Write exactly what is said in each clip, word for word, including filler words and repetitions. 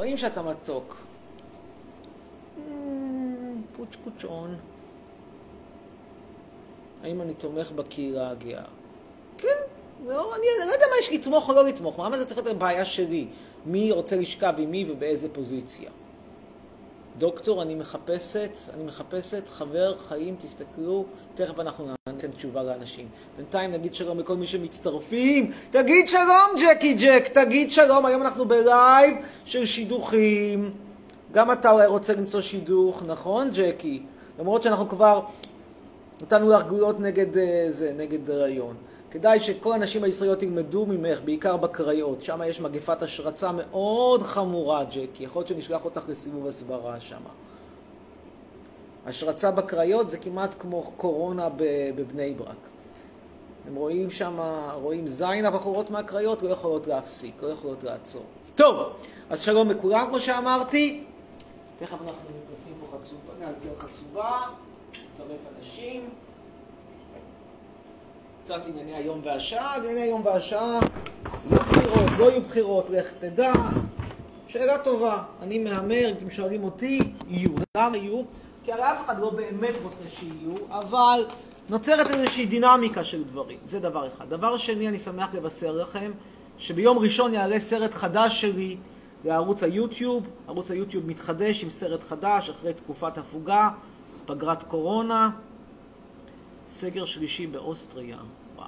רואים שאתה מתוק. פוץ' קוצ'ון. האם אני תומך בקהילה הגאה? כן, לא, אני לא יודע מה יש לתמוך או לא לתמוך. מה זה צריך להיות הבעיה שלי? מי רוצה לשכב עם מי ובאיזה פוזיציה? דוקטור, אני מחפשת, אני מחפשת חבר חיים, תסתכלו, תכף אנחנו ניתן תשובה לאנשים. בינתיים נגיד שלום לכל מי שמצטרפים. תגיד שלום, ג'קי ג'ק, תגיד שלום. היום אנחנו בלייב של שידוכים. גם אתה אולי רוצה למצוא שידוך, נכון, ג'קי? למרות שאנחנו כבר נתנו לך גלויות נגד זה, נגד רעיון. כדאי שכל האנשים הישראליות ילמדו ממך, בעיקר בקריות. שם יש מגפת השרצה מאוד חמורה, ג'קי. יכול להיות שנשלח אותך לסיבוב הסברה שם. השרצה בקריות זה כמעט כמו קורונה בבני ברק. הם רואים שם, רואים זין הבחורות מהקריות, לא יכולות להפסיק, לא יכולות לעצור. טוב, אז שלום לכולם, כמו שאמרתי. תכף אנחנו נשים פה חצובה, נעלתר חצובה, נצרף אנשים. קצת ענייני היום והשעה, ענייני היום והשעה, יהיו בחירות, לא יהיו בחירות, לך תדע. שאלה טובה, אני מהמר, אם שואלים אותי, יהיו. למה יהיו? כי הרי אף אחד לא באמת רוצה שיהיו, אבל נוצרת איזושהי דינמיקה של דברים. זה דבר אחד. דבר שני, אני שמח לבשר לכם, שביום ראשון יעלה סרט חדש שלי לערוץ היוטיוב. ערוץ היוטיוב מתחדש עם סרט חדש אחרי תקופת הפוגה, פגרת קורונה. סגר שלישי באוסטריה. וואו.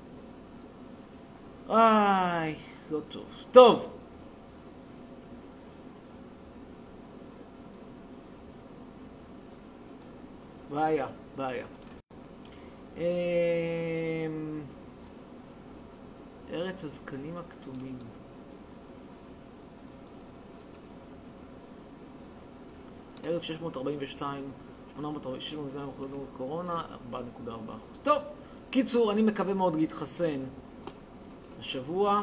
איי, לא טוב. טוב. בעיה, בעיה. ארץ הזקנים הכתומים. אלף שש מאות ארבעים ושתיים שמונה מאות ארבעים ושתיים אחוזים קורונה, ארבע נקודה ארבע אחוז. טוב, קיצור, אני מקווה מאוד להתחסן השבוע.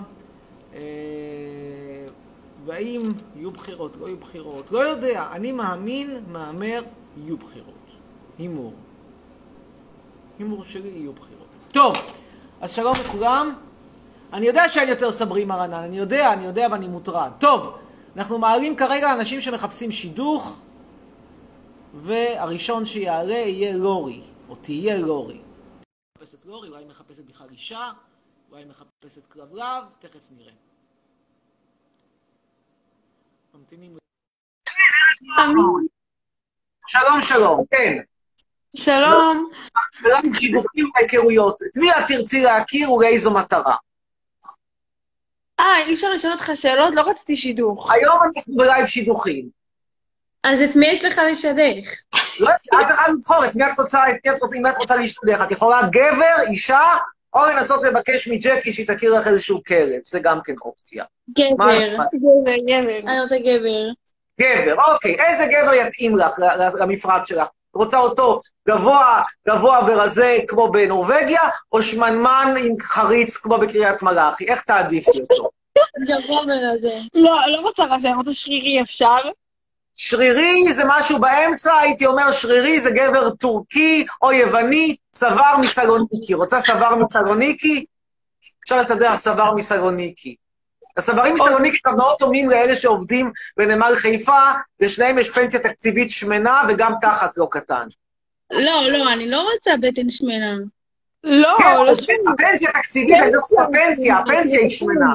והאם יהיו בחירות, לא יהיו בחירות, לא יודע. אני מאמין, מאמר, יהיו בחירות. הימור. הימור שלי, יהיו בחירות. טוב, אז שלום לכולם. אני יודע שאני יותר סברי מרנן, אני יודע, אני יודע ואני מוטרד. טוב, אנחנו מעלים כרגע אנשים שמחפשים שידוך. והראשון שיעלה יהיה לורי, או תהיה לורי. מחפשת לורי, אולי מחפשת בכלל אישה, אולי מחפשת כלבלב, תכף נראה. ממתינים. שלום, שלום, כן. שלום. אנחנו שידוכים והיכרויות. את מי את תרצי להכיר ולאיזו מטרה? אה, אי אפשר לשאול אותך שאלות? לא רציתי שידוך. היום אנחנו בלייב שידוכים. אז את מי יש לך לשדך? לא, את צריכה לבחור את מי את רוצה, את מי את רוצה, אם את רוצה להשתדך. את יכולה גבר, אישה, או לנסות לבקש מג'קי שהיא תכיר לך איזשהו כלב. זה גם כן אופציה. גבר, גבר, גבר. אני רוצה גבר. גבר, אוקיי. איזה גבר יתאים לך, למפרט שלך? רוצה אותו גבוה, גבוה ורזה כמו בנורווגיה, או שמנמן עם חריץ כמו בקריית מלאכי? איך תעדיפי אותו? גבוה ורזה. לא, לא רוצה רזה, אני רוצה שרירי, אפשר? שרירי זה משהו באמצע, הייתי אומר שרירי זה גבר טורקי או יווני, סבר מסלוניקי. רוצה סבר מסלוניקי? אפשר לצדח סבר מסלוניקי. הסברים מסלוניקי גם מאוד דומים לאלה שעובדים בנמל חיפה, לשניהם יש פנסיה תקציבית שמנה וגם תחת לא קטן. לא, לא, אני לא רוצה בטן שמנה. לא, לא שמנה. הפנסיה תקציבית, אני לא חושב הפנסיה, הפנסיה היא שמנה.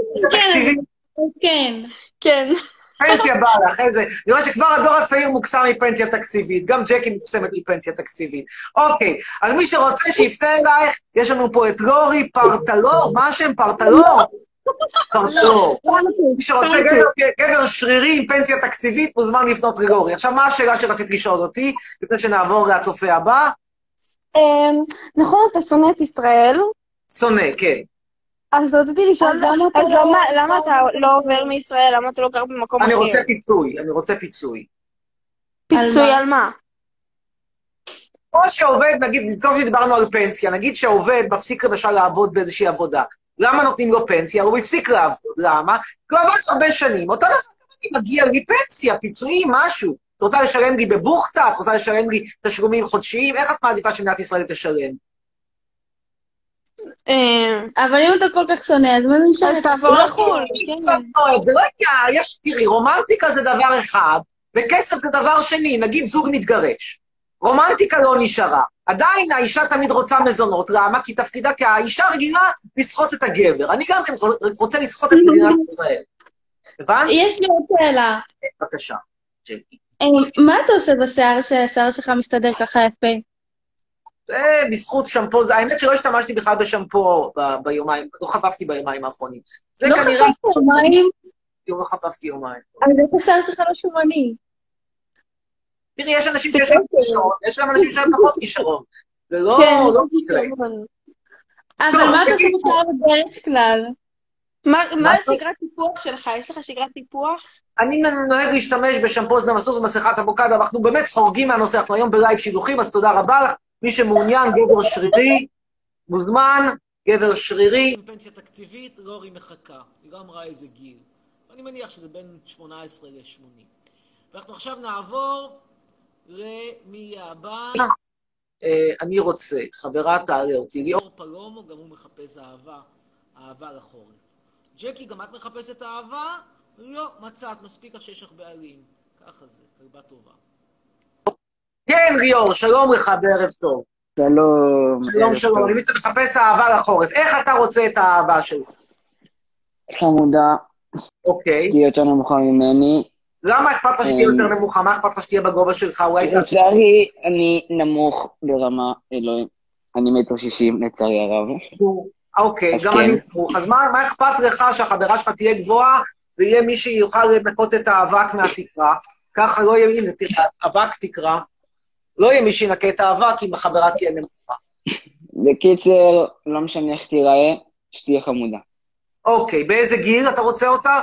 כן, כן. פנסיה באה לך, איזה... אני רואה שכבר הדור הצעיר מוקסם מפנסיה תקציבית, גם ג'קי מוקסמת מפנסיה תקציבית. אוקיי, אז מי שרוצה שיפתה אלייך, יש לנו פה את לורי פרטלור, מה השם פרטלור? פרטלור. מי שרוצה גבר שרירי עם פנסיה תקציבית, מוזמן לפנות ללורי. עכשיו, מה השאלה שרצית לשאול אותי, לפני שנעבור לצופה הבא? נכון, אתה שונא את ישראל? שונא, כן. אז רציתי לשאול, למה אתה לא עובר מישראל? למה אתה לא גר במקום אחר? אני רוצה פיצוי, אני רוצה פיצוי. פיצוי על מה? או שעובד, נגיד, טוב שדיברנו על פנסיה, נגיד שעובד מפסיק למשל לעבוד באיזושהי עבודה. למה נותנים לו פנסיה? הוא הפסיק לעבוד. למה? כי הוא עבד הרבה שנים. אותו דבר מגיע לי פנסיה, פיצויים, משהו. את רוצה לשלם לי בבוכתה? את רוצה לשלם לי תשלומים חודשיים? איך את מעדיפה שמדינת ישראל תשלם? אה, אבל אם אתה כל כך שונא, אז מה זה משנה? אז תעבור לחו"ל, כן. זה לא יהיה, יש, תראי, רומנטיקה זה דבר אחד, וכסף זה דבר שני, נגיד זוג מתגרש. רומנטיקה לא נשארה. עדיין האישה תמיד רוצה מזונות, למה? כי תפקידה, כי האישה רגילה לסחוט את הגבר. אני גם כן רוצה לסחוט את מדינת ישראל. הבנת? יש לי עוד שאלה. בבקשה, ג'קי. אה, מה אתה עושה בשיער שהשיער שלך מסתדר ככה יפה? זה בזכות שמפו, זה האמת שלא השתמשתי בכלל בשמפו ב- ביומיים, לא חפפתי ביומיים האחרונים. זה לא כנראה... חפפת יומיים? לא חפפתי יומיים. אז איך השיער שלך לא שומני? תראי, יש אנשים שיש להם כישרון, יש להם אנשים שיש להם פחות כישרון. זה לא... כן, לא לא מקרה. כישרון. אבל מה אתה עושה בשיער בדרך כלל? מה מה זה? השגרת טיפוח שלך? יש לך שגרת טיפוח? אני נוהג להשתמש בשמפו זנה מסוס ומסכת אבוקדו, אנחנו באמת חורגים מהנושא, אנחנו היום בלייב שידוכים, אז תודה רבה לך. מי שמעוניין, גבר שרירי, מוזמן, גבר שרירי. פנסיה תקציבית, לורי מחכה. היא לא אמרה איזה גיל. אני מניח שזה בין שמונה עשרה ל-שמונים. ואנחנו עכשיו נעבור למי הבא. אני רוצה, חברה תעלה אותי, ליאור פלומו, גם הוא מחפש אהבה, אהבה לחורף. ג'קי, גם את מחפשת אהבה? לא, מצאת, מספיק לך שיש לך בעלים. ככה זה, כלבה טובה. כן, ליאור, שלום לך בערב טוב. שלום. שלום, שלום. אני מחפש אהבה לחורף. איך אתה רוצה את האהבה שלך? חמודה, אוקיי. שתהיה יותר נמוכה ממני. למה אכפת לך שתהיה יותר נמוכה? מה אכפת לך שתהיה בגובה שלך? לצערי, אני נמוך ברמה, אלוהים. אני מטר שישים, לצערי הרב. אוקיי, גם אני נמוך. אז מה אכפת לך שהחברה שלך תהיה גבוהה, ויהיה מי שיוכל לנקות את האבק מהתקרה? ככה לא יהיה, הנה, תראה, אבק תקרה. לא יהיה מי שינקה את האבק אם החברה תהיה נמוכה. בקיצר, לא משנה איך תיראה, שתהיה חמודה. אוקיי, באיזה גיל אתה רוצה אותה?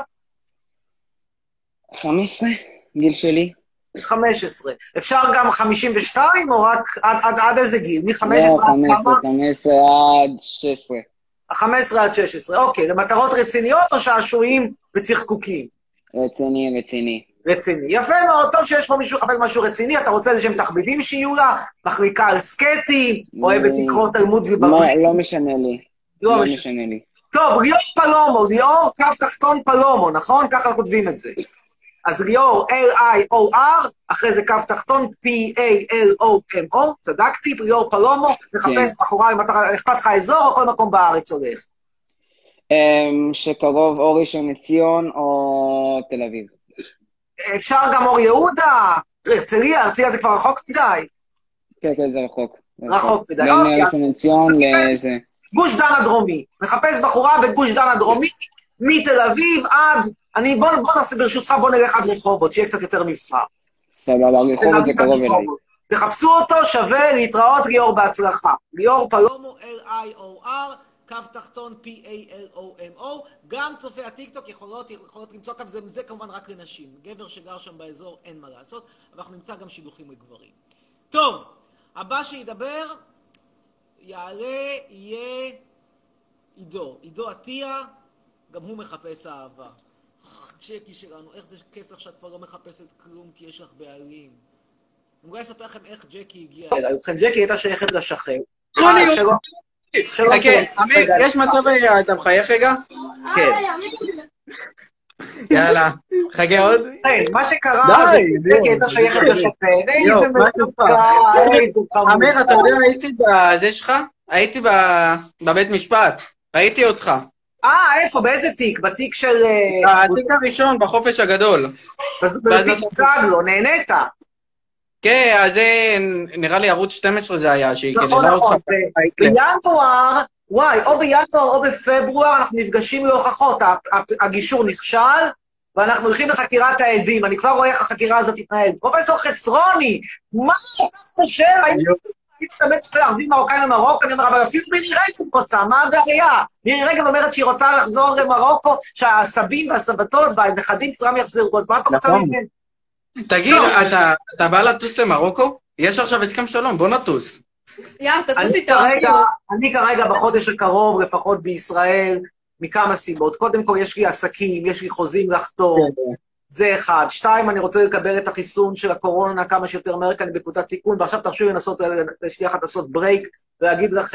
חמש עשרה, גיל שלי. חמש עשרה. אפשר גם חמישים ושתיים או רק עד, עד, עד איזה גיל? מ-חמש עשרה לא, עד כמה? חמש עשרה עד שש עשרה. חמש עשרה עד שש עשרה, אוקיי. זה מטרות רציניות או שעשועים וצחקוקים? רציני, רציני. רציני. יפה מאוד, טוב שיש פה מישהו לחפש משהו רציני, אתה רוצה איזה שהם תחביבים שיהיו לה? מחליקה על סקטים, אוהבת לקרוא תלמוד ובבריך? לא משנה לי. לא לא משנה. משנה לי. טוב, ליאור פלומו, ליאור קו תחתון פלומו, נכון? ככה כותבים את זה. אז ליאור, L-I-O-R, אחרי זה קו תחתון, P-A-L-O-M-O, צדקתי, ליאור פלומו, מחפש בחורה, אם אתה אכפת לך אזור, או כל מקום בארץ הולך. שקרוב או ראשון לציון או תל אביב. אפשר גם אור יהודה, הרצליה, הרצליה זה כבר רחוק מדי. כן, כן, זה רחוק. רחוק מדי. בין ראשון לציון לאיזה... גוש דן הדרומי, מחפש בחורה בגוש דן הדרומי, מתל אביב עד, אני, בוא, בוא נעשה ברשותך, בוא נלך עד רחובות, שיהיה קצת יותר מבחר. סבבה, רחובות זה קרוב אליי. תחפשו אותו, שווה להתראות, ליאור בהצלחה. ליאור פלומו, L-I-O-R, קו תחתון, P-A-L-O-M-O, גם צופי הטיקטוק יכולות, יכולות למצוא קו, זה, זה כמובן רק לנשים. גבר שגר שם באזור, אין מה לעשות, אבל אנחנו נמצא גם שידוכים לגברים. טוב, הבא שידבר, יעלה, יהיה עידו. עידו עטיה, גם הוא מחפש אהבה. צ'קי שלנו, איך זה כיף לך שאת כבר לא מחפשת כלום כי יש לך בעלים. אני אולי אספר לכם איך ג'קי הגיעה. ובכן, ג'קי הייתה שייכת לשכן. שלום. שלום. שלום. אמיר, יש מצב, אתה מחייך רגע? כן. יאללה, חכה עוד. מה שקרה, ג'קי הייתה שייכת לשכן. איזה מתוקה. אמיר, אתה יודע, הייתי בזה שלך? הייתי בבית משפט. ראיתי אותך. אה, איפה? באיזה תיק? בתיק של... בתיק הראשון, בחופש הגדול. בתיק זגלו, נהנית? כן, אז זה נראה לי ערוץ שתים עשרה זה היה, שהיא נכון, כללה אותך. נכון. בינואר, וואי, או בינואר או בפברואר אנחנו נפגשים להוכחות. הגישור נכשל, ואנחנו הולכים לחקירת העדים. אני כבר רואה איך החקירה הזאת תתנהל. פרופסור חצרוני, מה אתה חושב? הייתי באמת רוצה להחזיר מרוקאים למרוקו, אני אומר, אבל אפילו מירי רגב רוצה, מה הבעיה? מירי רגב אומרת שהיא רוצה לחזור למרוקו, שהסבים והסבתות והנכדים כולם יחזרו, אז מה אתה רוצה ממנו? תגיד, אתה בא לטוס למרוקו? יש עכשיו הסכם שלום, בוא נטוס. יאללה, תטוס איתו. אני כרגע בחודש הקרוב, לפחות בישראל, מכמה סיבות. קודם כל, יש לי עסקים, יש לי חוזים לחתום. זה אחד. שתיים, אני רוצה לקבל את החיסון של הקורונה כמה שיותר מהר, כי אני בקבוצת סיכון, ועכשיו תרשו לי לנסות, שנייה אחת לעשות ברייק, ולהגיד לכם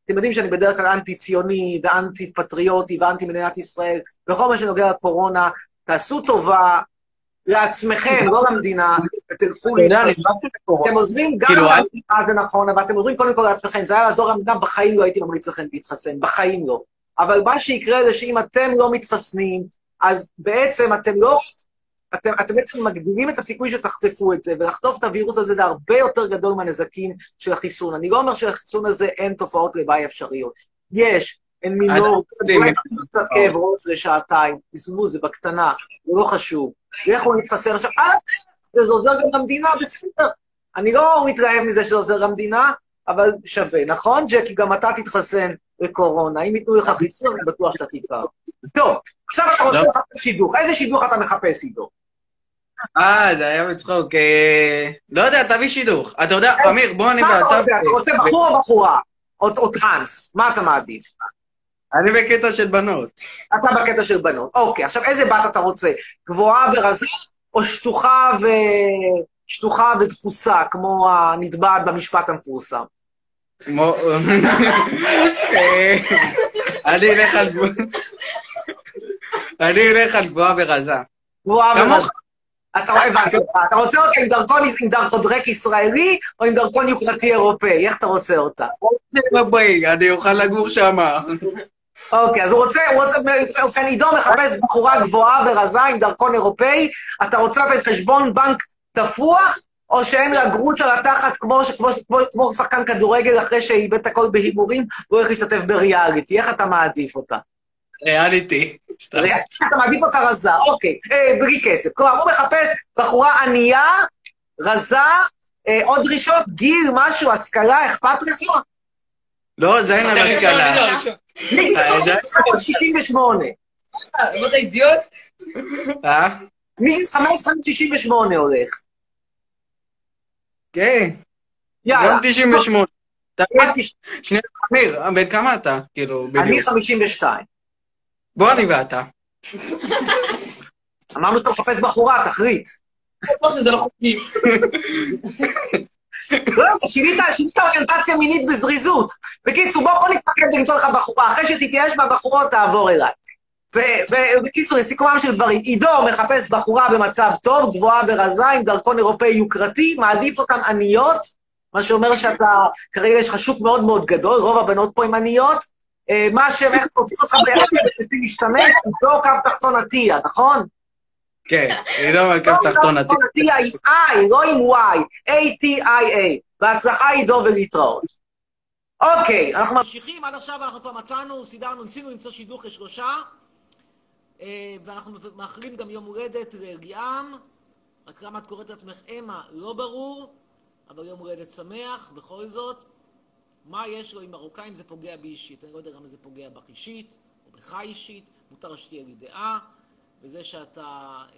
אתם יודעים שאני בדרך כלל אנטי-ציוני ואנטי-פטריוטי ואנטי מדינת ישראל, בכל מה שנוגע לקורונה, תעשו טובה לעצמכם, לא למדינה, ותלכו להתחסן. אתם עוזרים גם למדינה, זה נכון, אבל אתם עוזרים קודם כל לעצמכם. זה היה לעזור למדינה, בחיים לא הייתי ממליץ לכם להתחסן, בחיים לא. אבל מה שיקרה זה שאם אתם לא מתחסנים, אז בעצם אתם לא... אתם, אתם בעצם מגדילים את הסיכוי שתחטפו את זה, ולחטוף את הווירוס הזה זה הרבה יותר גדול מהנזקים של החיסון. אני לא אומר שלחיסון הזה אין תופעות לוואי אפשריות. יש, אין מינור, אולי תחסו קצת כאב ראש לשעתיים, תסבו, זה בקטנה, זה לא חשוב. לכו נתחסן עכשיו, אה, זה עוזר גם למדינה, בסדר. אני לא מתרעב מזה שזה עוזר למדינה, אבל שווה, נכון, ג'קי? גם אתה תתחסן לקורונה. אם ייתנו לך חיסון, אני בטוח שאתה תיקר. טוב, עכשיו אתה רוצה לחפש שידוך. איזה שידוך אתה מחפש, עידו? אה, זה היה בצחוק. לא יודע, תביא שידוך. אתה יודע, אמיר, בוא אני מה אתה ואתה... רוצה? אתה רוצה בחור או בחורה? או טרנס? מה אתה מעדיף? אני בקטע של בנות. אתה בקטע של בנות. אוקיי, עכשיו איזה בת אתה רוצה? גבוהה ורזה, או שטוחה ו... שטוחה ודחוסה, כמו הנתבעת במשפט המפורסם? כמו... אני אלך על גבוהה... אני אלך על גבוהה ורזה. גבוהה ורזה. אתה רואה, אתה רוצה אותה עם דרכון, עם דרכודרק ישראלי, או עם דרכון יוקרתי אירופאי? איך אתה רוצה אותה? אני אוכל לגור שם. אוקיי, אז הוא רוצה, הוא רוצה, עידו מחפש בחורה גבוהה ורזה עם דרכון אירופאי, אתה רוצה לתת חשבון בנק תפוח, או שאין לה גרוש על התחת כמו שחקן כדורגל אחרי שאיבד את הכל בהימורים, והוא הולך להשתתף בריאליטי, איך אתה מעדיף אותה? ריאליטי. אתה מעדיף אותה רזה, אוקיי, בלי כסף. כלומר, הוא מחפש בחורה ענייה, רזה, עוד דרישות, גיל, משהו, השכלה, אכפת לך? לא, זה אין על השכלה. מגיל חמש עשרה שישים ושמונה. זאת אידיוט? אה? מגיל חמש עשרה שישים ושמונה הולך. כן. יאללה. גם תשעים ושמונה. שנייה, אמיר, בן כמה אתה? כאילו, בדיוק. אני חמישים ושתיים. בוא אני ואתה. אמרנו שאתה מחפש בחורה, תחליט. לא שזה לא חוקי. לא, שינית אוריינטציה מינית בזריזות. בקיצור, בוא נתפקד למצוא לך בחורה, אחרי שתתייאש בבחורות, תעבור אליי. ובקיצור, לסיכומם של דברים, עידו מחפש בחורה במצב טוב, גבוהה ורזה, עם דרכון אירופאי יוקרתי, מעדיף אותם עניות, מה שאומר שאתה, כרגע יש לך שוק מאוד מאוד גדול, רוב הבנות פה עם עניות, מה שהם, איך תוציא אותך ביחד שאתה משתמש, עידו קו תחתון עטיה, נכון? כן, עידו קו תחתון עטיה. עטיה עם I, לא עם Y, A-T-I-A. בהצלחה עידו ולהתראות. אוקיי, אנחנו ממשיכים, עד עכשיו אנחנו כבר מצאנו, סידרנו, ניסינו למצוא שידוך לשלושה, ואנחנו מאחלים גם יום הולדת לליאם, רק למה את קוראת לעצמך אמה, לא ברור, אבל יום הולדת שמח, בכל זאת. מה יש לו עם מרוקאים? זה פוגע בי אישית. אני לא יודע למה זה פוגע בך אישית, או בך אישית, מותר שתהיה לי דעה, וזה שאתה, אה,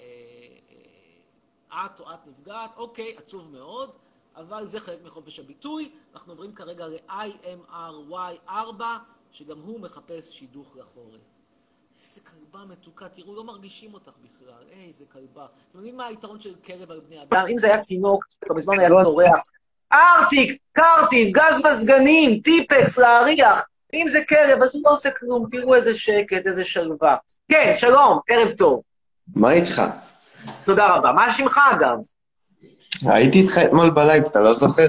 אה, את או את נפגעת, אוקיי, עצוב מאוד, אבל זה חלק מחופש הביטוי. אנחנו עוברים כרגע ל-איי אם אר וואי ארבע, שגם הוא מחפש שידוך לחורף. איזה כלבה מתוקה, תראו, לא מרגישים אותך בכלל, איזה כלבה. אתם יודעים מה היתרון של כלב על בני אדם? אם זה היה תינוק, בזמן היה צורח, ארטיק, קרטיב, גז בסגנים, טיפקס, להריח. אם זה כלב, אז הוא לא עושה כלום, תראו איזה שקט, איזה שלווה. כן, שלום, ערב טוב. מה איתך? תודה רבה. מה שמך אגב? הייתי איתך אתמול בלייב, אתה לא זוכר?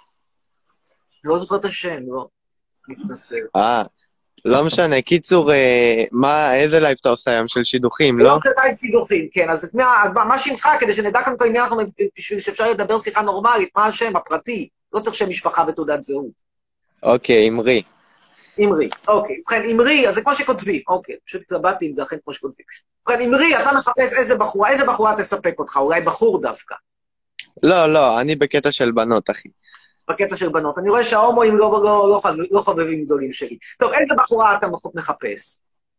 לא זוכר את השם, לא. מתנסה. אה, לא משנה. קיצור, מה, איזה לייב אתה עושה היום של שידוכים, לא? לא? לא רוצה לייב שידוכים, כן. אז מה שמך, כדי שנדע כאן כל מי אנחנו, בשביל שאפשר לדבר שיחה נורמלית, מה השם, הפרטי? לא צריך שם משפחה ותעודת זהות. אוקיי, אמרי. אמרי, אוקיי. ובכן, אמרי, אז זה כמו שכותבים. אוקיי, פשוט התלבטתי אם זה אכן כמו שכותבים. ובכן, אמרי, אתה מחפש איזה בחורה, איזה בחורה תספק אותך, אולי בחור דווקא. לא, לא, אני בקטע של בנות, אחי. בקטע של בנות. אני רואה שההומואים לא, לא, לא, לא חובבים גדולים שלי. טוב, איזה בחורה אתה מחפש?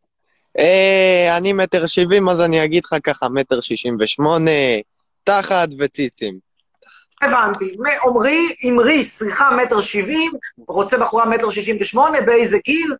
אה, אני מטר שבעים, אז אני אגיד לך ככה, מטר שישים ושמונה, תחת וציצים. הבנתי. עומרי, אמרי, סליחה, מטר שבעים, רוצה בחורה מטר שישים ושמונה, באיזה גיל?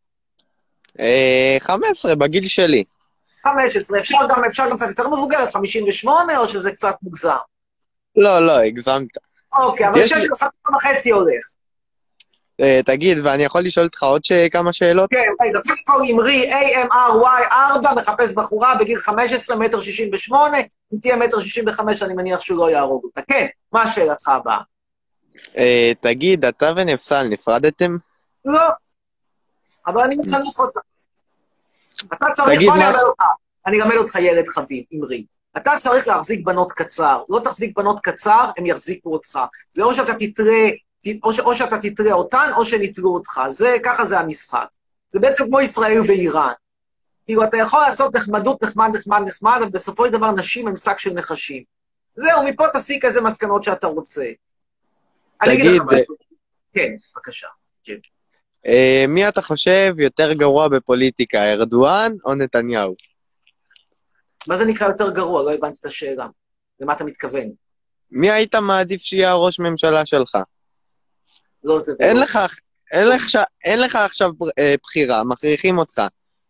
אה, חמש עשרה, בגיל שלי. חמש עשרה, אפשר גם, אפשר גם קצת יותר מבוגרת, חמישים ושמונה, או שזה קצת מוגזר? לא, לא, הגזמת. אוקיי, אבל שש עשרה וחצי הולך. אה, תגיד, ואני יכול לשאול אותך עוד ש- כמה שאלות? כן, רגע, קודם כל אמרי, איי אם אר וואי ארבע, מחפש בחורה בגיל חמש עשרה, מטר שישים ושמונה, אם תהיה מטר שישים וחמש, אני מניח שהוא לא יהרוג אותה. כן, מה שאלתך הבאה? אה, תגיד, אתה ונפסל נפרדתם? לא, אבל אני מחנך אותה. אתה צריך, תגיד, בוא אני מה- אלמד אותך, אני אלמד אותך ילד חביב, אמרי. אתה צריך להחזיק בנות קצר. לא תחזיק בנות קצר, הם יחזיקו אותך. זה או שאתה תתראה, או, ש, או שאתה תתראה אותן, או שנתראו אותך. זה, ככה זה המשחק. זה בעצם כמו ישראל ואיראן. כאילו, אתה יכול לעשות נחמדות, נחמד, נחמד, נחמד, אבל בסופו של דבר נשים הם שק של נחשים. זהו, מפה תסיק איזה מסקנות שאתה רוצה. אני אגיד לך תגיד, משהו. כן, בבקשה. ג'ק. אה, מי אתה חושב יותר גרוע בפוליטיקה, ארדואן או נתניהו? מה זה נקרא יותר גרוע? לא הבנתי את השאלה. למה אתה מתכוון? מי היית מעדיף שיהיה הראש ממשלה שלך? לא זה... אין ולא. לך, אין לך, אין לך עכשיו אה, בחירה, מכריחים אותך.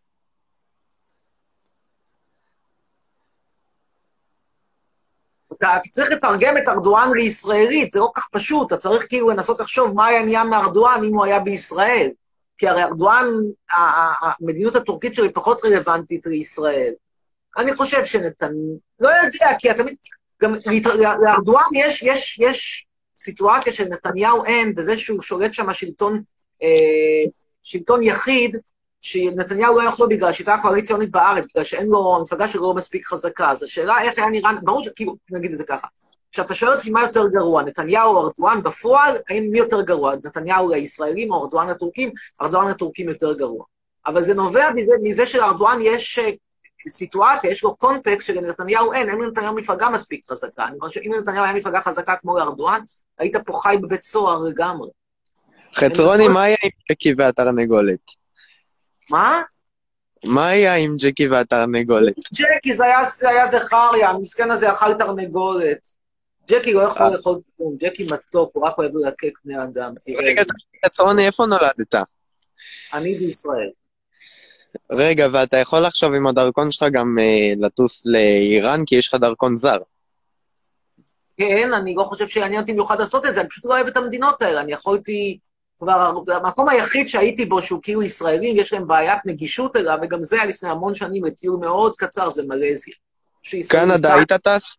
אתה צריך לתרגם את ארדואן לישראלית, זה לא כך פשוט, אתה צריך כאילו לנסות לחשוב מה היה נהיה מארדואן אם הוא היה בישראל. כי הרי ארדואן, ה- ה- המדיניות הטורקית שלו היא פחות רלוונטית לישראל. אני חושב שנתן... לא יודע, כי אתה... גם לארדואן יש, יש, יש סיטואציה של נתניהו אין, בזה שהוא שולט שם שלטון, אה, שלטון יחיד, שנתניהו לא יכול בגלל השיטה הקואליציונית בארץ, בגלל שאין לו, המפלגה שלו לא מספיק חזקה. אז השאלה איך היה נראה, ברור שכאילו, נגיד את זה ככה. עכשיו, אתה שואל אותי מה יותר גרוע, נתניהו או ארדואן בפועל, האם מי יותר גרוע, נתניהו לישראלים או ארדואן לטורקים? ארדואן לטורקים יותר גרוע. אבל זה נובע מזה, מזה שלארדואן יש סיטואציה, יש לו קונטקסט שלנתניהו אין, אין לנתניהו מפלגה מספיק חזקה. אני חושב שאם לנתניהו היה מפלגה חזקה כמו לארדואן, היית פה חי בבית סוהר לגמרי. חצרוני, מה היה עם ג'קי והתרנגולת? מה? מה היה עם ג'קי והתרנגולת? ג'קי, זה היה, זה היה זכריה, המסכן הזה אכל תרנגולת. ג'קי לא יכול לאכול כלום, ג'קי מתוק, הוא רק אוהב ללקק בני אדם. רגע, חצרוני, איפה נולדת? אני בישראל. רגע, ואתה יכול לחשוב עם הדרכון שלך גם אה, לטוס לאיראן, כי יש לך דרכון זר. כן, אני לא חושב שעניין אותי מיוחד לעשות את זה, אני פשוט לא אוהב את המדינות האלה, אני יכולתי... כבר, המקום היחיד שהייתי בו, שהוא כאילו ישראלים, יש להם בעיית נגישות אליו, וגם זה היה לפני המון שנים, לטיול מאוד קצר, זה מלזיה. קנדה, היית טס?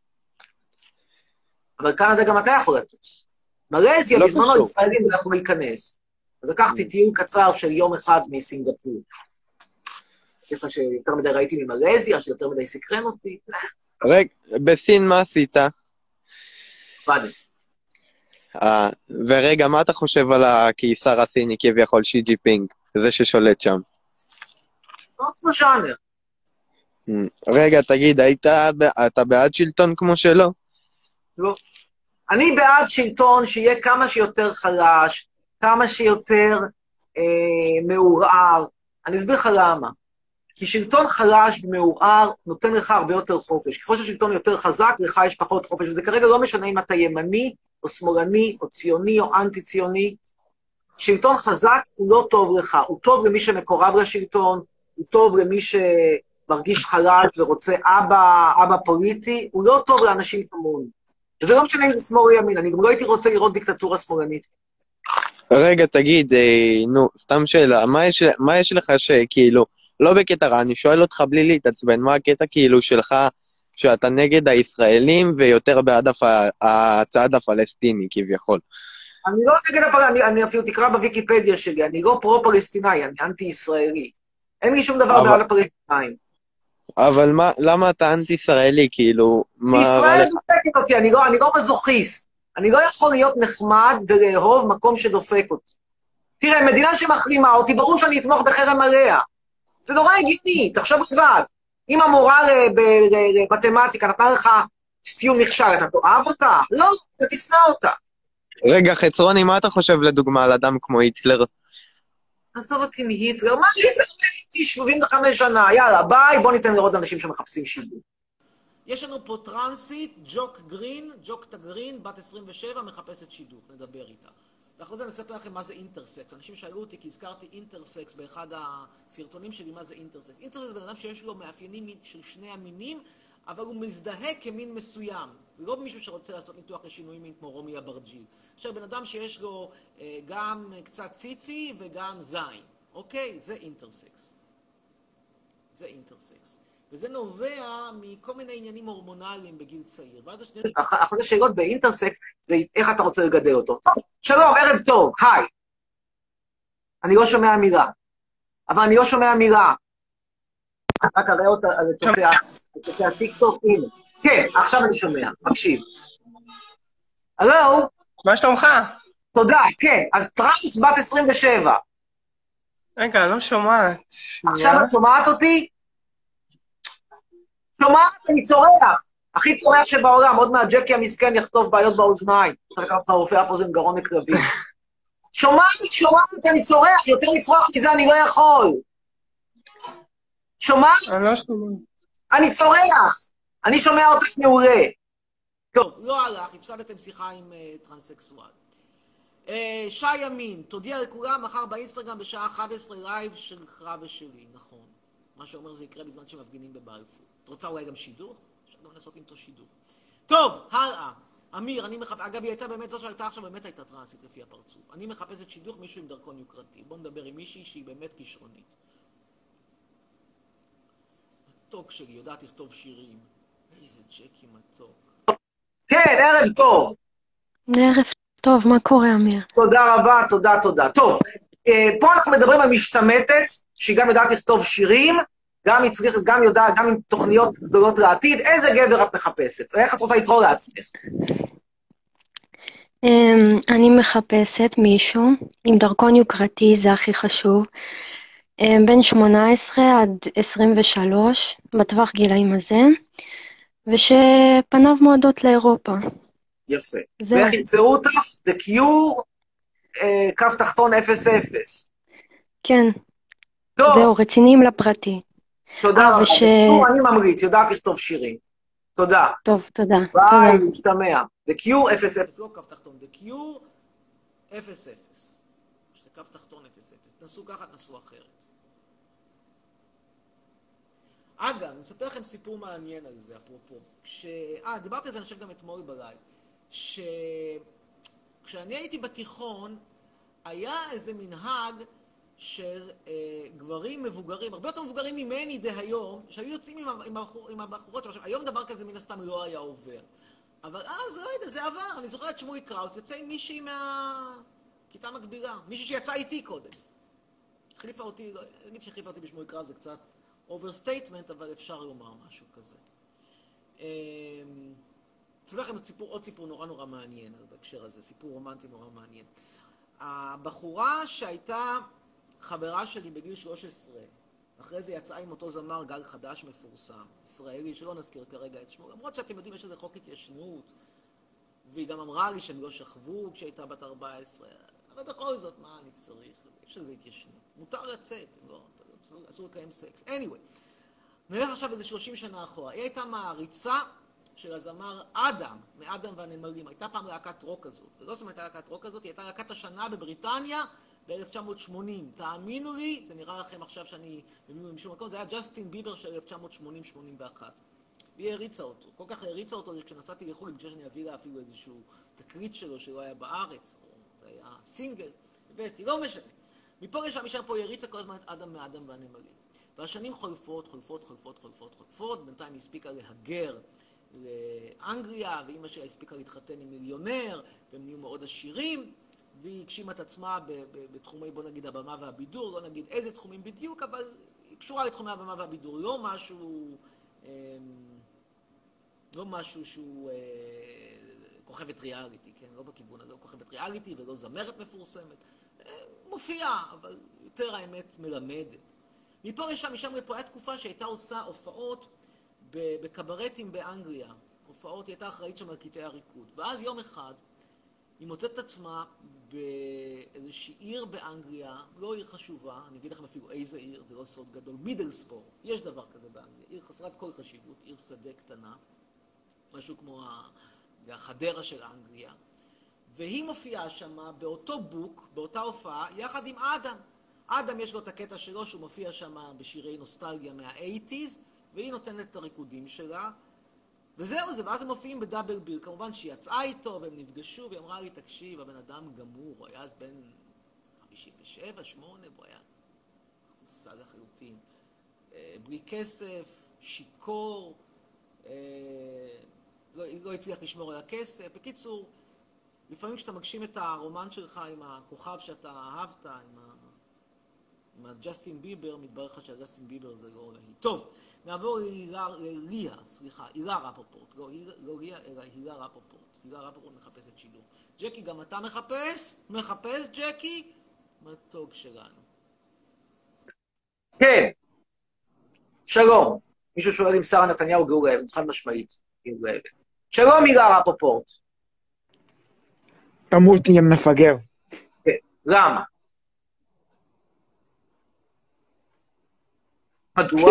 אבל קנדה גם אתה יכול לטוס. מלזיה, לא בזמנו קשור. ישראלים לא יכלו להיכנס. אז לקחתי טיול קצר של יום אחד מסינגפור. איפה שיותר מדי ראיתי ממלזיה, שיותר מדי סקרן אותי. רגע, בסין מה עשית? עבדתי. אה, ורגע, מה אתה חושב על הקיסר הסיני כביכול שי ג'י פינג? זה ששולט שם. לא כמו ז'אנר. רגע, תגיד, היית, אתה בעד שלטון כמו שלו? לא. אני בעד שלטון שיהיה כמה שיותר חלש, כמה שיותר אה, מעורער. אני אסביר לך למה. כי שלטון חלש ומעורער נותן לך הרבה יותר חופש. ככל שהשלטון יותר חזק, לך יש פחות חופש. וזה כרגע לא משנה אם אתה ימני, או שמאלני, או ציוני, או אנטי-ציוני. שלטון חזק הוא לא טוב לך. הוא טוב למי שמקורב לשלטון, הוא טוב למי שמרגיש חלש ורוצה אבא, אבא פוליטי, הוא לא טוב לאנשים כמוני. וזה לא משנה אם זה שמאל או ימין, אני גם לא הייתי רוצה לראות דיקטטורה שמאלנית. רגע, תגיד, אה, נו, סתם שאלה, מה יש, מה יש לך שכאילו, לא בקטע רע, אני שואל אותך בלי להתעצבן, מה הקטע כאילו שלך, שאתה נגד הישראלים ויותר בעד הפ... הצעד הפלסטיני כביכול? אני לא נגד הפלסטיני, אני, אני אפילו תקרא בוויקיפדיה שלי, אני לא פרו-פלסטיני, אני אנטי-ישראלי. אין לי שום דבר אבל... בעד הפלסטינאים. אבל מה, למה אתה אנטי-ישראלי, כאילו? מה... ישראל דופקת אותי, אני לא, אני לא מזוכיסט. אני לא יכול להיות נחמד ולאהוב מקום שדופק אותי. תראה, מדינה שמחרימה אותי, ברור שאני אתמוך בחרם עליה. זה נורא הגיוני, תחשוב לבד. אם המורה למתמטיקה נתנה לך ציון נכשל, אתה תאהב אותה? לא, אתה תשנא אותה. רגע, חצרוני, מה אתה חושב לדוגמה על אדם כמו היטלר? עזוב אותי מהיטלר, מה היטלר איתי שבעים וחמש שנה, יאללה, ביי, בוא ניתן לראות אנשים שמחפשים שידור. יש לנו פה טרנסית, ג'וק גרין, ג'וק תגרין, בת עשרים ושבע, מחפשת שידוך, נדבר איתה. ואחרי זה אני אספר לכם מה זה אינטרסקס. אנשים שאלו אותי כי הזכרתי אינטרסקס באחד הסרטונים שלי, מה זה אינטרסקס. אינטרסקס זה בן אדם שיש לו מאפיינים של שני המינים, אבל הוא מזדהה כמין מסוים. לא מישהו שרוצה לעשות ניתוח לשינויים מין כמו רומי אברג'יל. עכשיו, בן אדם שיש לו אה, גם קצת ציצי וגם זין, אוקיי? זה אינטרסקס. זה אינטרסקס. וזה נובע מכל מיני עניינים הורמונליים בגיל צעיר. ואז השני... אחת השאלות באינטרסקס זה איך אתה רוצה לגדל אותו. שלום, ערב טוב, היי. אני לא שומע מילה. אבל אני לא שומע מילה. רק אראה אותה על צופי הטיק-טוק, הנה. כן, עכשיו אני שומע, מקשיב. הלו? מה שלומך? תודה, כן. אז טראמפ בת עשרים ושבע. רגע, לא שומעת. עכשיו את שומעת אותי? שומעת, אני צורח. הכי צורח שבעולם, עוד מעט ג'קי המסכן יכתוב בעיות באוזניים. צריך לקחת לך רופא אף אוזן גרון מקרבים. שומעת, שומעת, אני צורח, יותר לצרוח מזה אני לא יכול. שומעת? אני לא שומעת. אני צורח. אני שומע אותך מעולה. טוב, לא הלך, הפסדתם שיחה עם uh, טרנסקסואל. Uh, שי ימין, תודיע לכולם, מחר באינסטגרם בשעה אחת עשרה לייב שלך ושלי, נכון. מה שאומר זה יקרה בזמן שמפגינים בבלפור. את רוצה אולי גם שידוך? אפשר גם לנסות למצוא שידוך. טוב, הלאה. אמיר, אני מחפש... אגב, היא הייתה באמת, זו שעלתה עכשיו באמת הייתה טרנסית לפי הפרצוף. אני מחפשת שידוך מישהו עם דרכון יוקרתי. בואו נדבר עם מישהי שהיא באמת כישרונית. מתוק שלי, יודעת לכתוב שירים. איזה ג'קי מתוק. כן, ערב טוב. ערב טוב, מה קורה, אמיר? תודה רבה, תודה, תודה. טוב, פה אנחנו מדברים על משתמטת, שהיא גם יודעת לכתוב שירים, גם היא צריכה, גם יודעת, גם עם תוכניות גדולות לעתיד. איזה גבר את מחפשת? איך את רוצה לקרוא לעצמך? אני מחפשת מישהו עם דרכון יוקרתי, זה הכי חשוב. בין שמונה עשרה עד עשרים ושלוש, בטווח גילאים הזה, ושפניו מועדות לאירופה. יפה. ואיך ימצאו אותך? The Cure, קו תחתון אפס אפס. כן. זהו, רציניים לפרטי. תודה רבה. אני ממריץ, יודעת לכתוב שירים. תודה. טוב, תודה. ביי, משתמע. The Cure אפס אפס. לא קו תחתון, The Cure אפס אפס. שזה קו תחתון אפס אפס. תנסו ככה, תנסו אחרת. אגב, אני אספר לכם סיפור מעניין על זה, אפרופו. כש... אה, דיברתי על זה, אני חושב גם אתמול בלילה. ש... כשאני הייתי בתיכון, היה איזה מנהג של אה, גברים מבוגרים, הרבה יותר מבוגרים ממני דהיום, שהיו יוצאים עם, עם, הבחור, עם הבחורות, עכשיו, היום דבר כזה מן הסתם לא היה עובר. אבל אז, לא יודע, זה עבר. אני זוכר את שמואל קראוס, יוצא עם מישהי מהכיתה מקבילה, מישהי שיצא איתי קודם. החליפה אותי, לא, אני אגיד שהחליפה אותי בשמואל קראוס, זה קצת אוברסטייטמנט, אבל אפשר לומר משהו כזה. אה, אצל לכם סיפור, עוד סיפור נורא נורא מעניין בהקשר הזה, סיפור רומנטי נורא מעניין. הבחורה שהייתה חברה שלי בגיל שלוש עשרה, אחרי זה יצאה עם אותו זמר גל חדש מפורסם, ישראלי, שלא נזכיר כרגע את שמו, למרות שאתם יודעים יש איזה חוק התיישנות, והיא גם אמרה לי שהם לא שכבו כשהייתה בת ארבע עשרה, אבל בכל זאת, מה אני צריך? יש איזה התיישנות. מותר לצאת, לא, אסור לקיים סקס. anyway, נלך עכשיו איזה שלושים שנה אחורה. היא הייתה מעריצה של הזמר אדם, מאדם והנמלים. הייתה פעם להקת רוק כזאת. ולא זאת הייתה להקת רוק כזאת, היא הייתה להקת השנה בבריטניה ב-אלף תשע מאות שמונים. תאמינו לי, זה נראה לכם עכשיו שאני במי משום מקום, זה היה ג'סטין ביבר של אלף תשע מאות שמונים שמונים ואחת. והיא הריצה אותו. כל כך הריצה אותו כשנסעתי לחו"ל, בגלל שאני אביא לה אפילו איזשהו תקליט שלו שלא היה בארץ, או זה היה סינגל, הבאתי, לא משנה. מפה לשם משם פה היא הריצה כל הזמן את אדם מאדם והנמלים. והשנים חולפות, חולפות, חולפות, חולפות, חולפות, בינתיים היא הספיקה להגר לאנגליה, ואימא שלה הספיקה להתחתן עם מיליונר, והם נהיו מאוד עשירים, והיא הגשימה את עצמה בתחומי, בוא נגיד, הבמה והבידור, לא נגיד איזה תחומים בדיוק, אבל היא קשורה לתחומי הבמה והבידור, לא משהו, לא משהו שהוא כוכבת ריאליטי, כן? לא בכיוון הזה, לא כוכבת ריאליטי ולא זמרת מפורסמת, מופיעה, אבל יותר האמת מלמדת. מפה לשם, משם לפה, היה תקופה שהייתה עושה הופעות בקברטים באנגליה. הופעות, היא הייתה אחראית שם על קטעי הריקוד. ואז יום אחד, היא מוצאת את עצמה באיזושהי עיר באנגליה, לא עיר חשובה, אני אגיד לכם אפילו איזה עיר, זה לא סוד גדול, מידלסבורו, יש דבר כזה באנגליה, עיר חסרת כל חשיבות, עיר שדה קטנה, משהו כמו החדרה של אנגליה, והיא מופיעה שם באותו בוק, באותה הופעה, יחד עם אדם. אדם יש לו את הקטע שלו שהוא מופיע שם בשירי נוסטלגיה מה-שמונים, והיא נותנת את הריקודים שלה, וזהו זה, ואז הם מופיעים בדאבל ביר. כמובן שהיא יצאה איתו, והם נפגשו, והיא אמרה לי, תקשיב, הבן אדם גמור, הוא היה אז בן חמישים ושבע, שמונה, והוא היה חוסר לחלוטין. בלי כסף, שיקור, לא, לא הצליח לשמור על הכסף. בקיצור, לפעמים כשאתה מגשים את הרומן שלך עם הכוכב שאתה אהבת, עם ה... עם הג'סטין ביבר, מתברר לך שהג'סטין ביבר זה לא להיא. טוב, נעבור לליה, סליחה, הילה רפפורט. לא, לא ליה, אלא הילה רפפורט. הילה רפפורט מחפשת שידור. ג'קי, גם אתה מחפש? מחפש, ג'קי? מתוק שלנו. כן. שלום. מישהו שואל אם שרה נתניהו גאולה אבן, חד משמעית. גאולה אבן. שלום, הילה רפפורט. תמות עם מפגר. כן. למה? מדוע?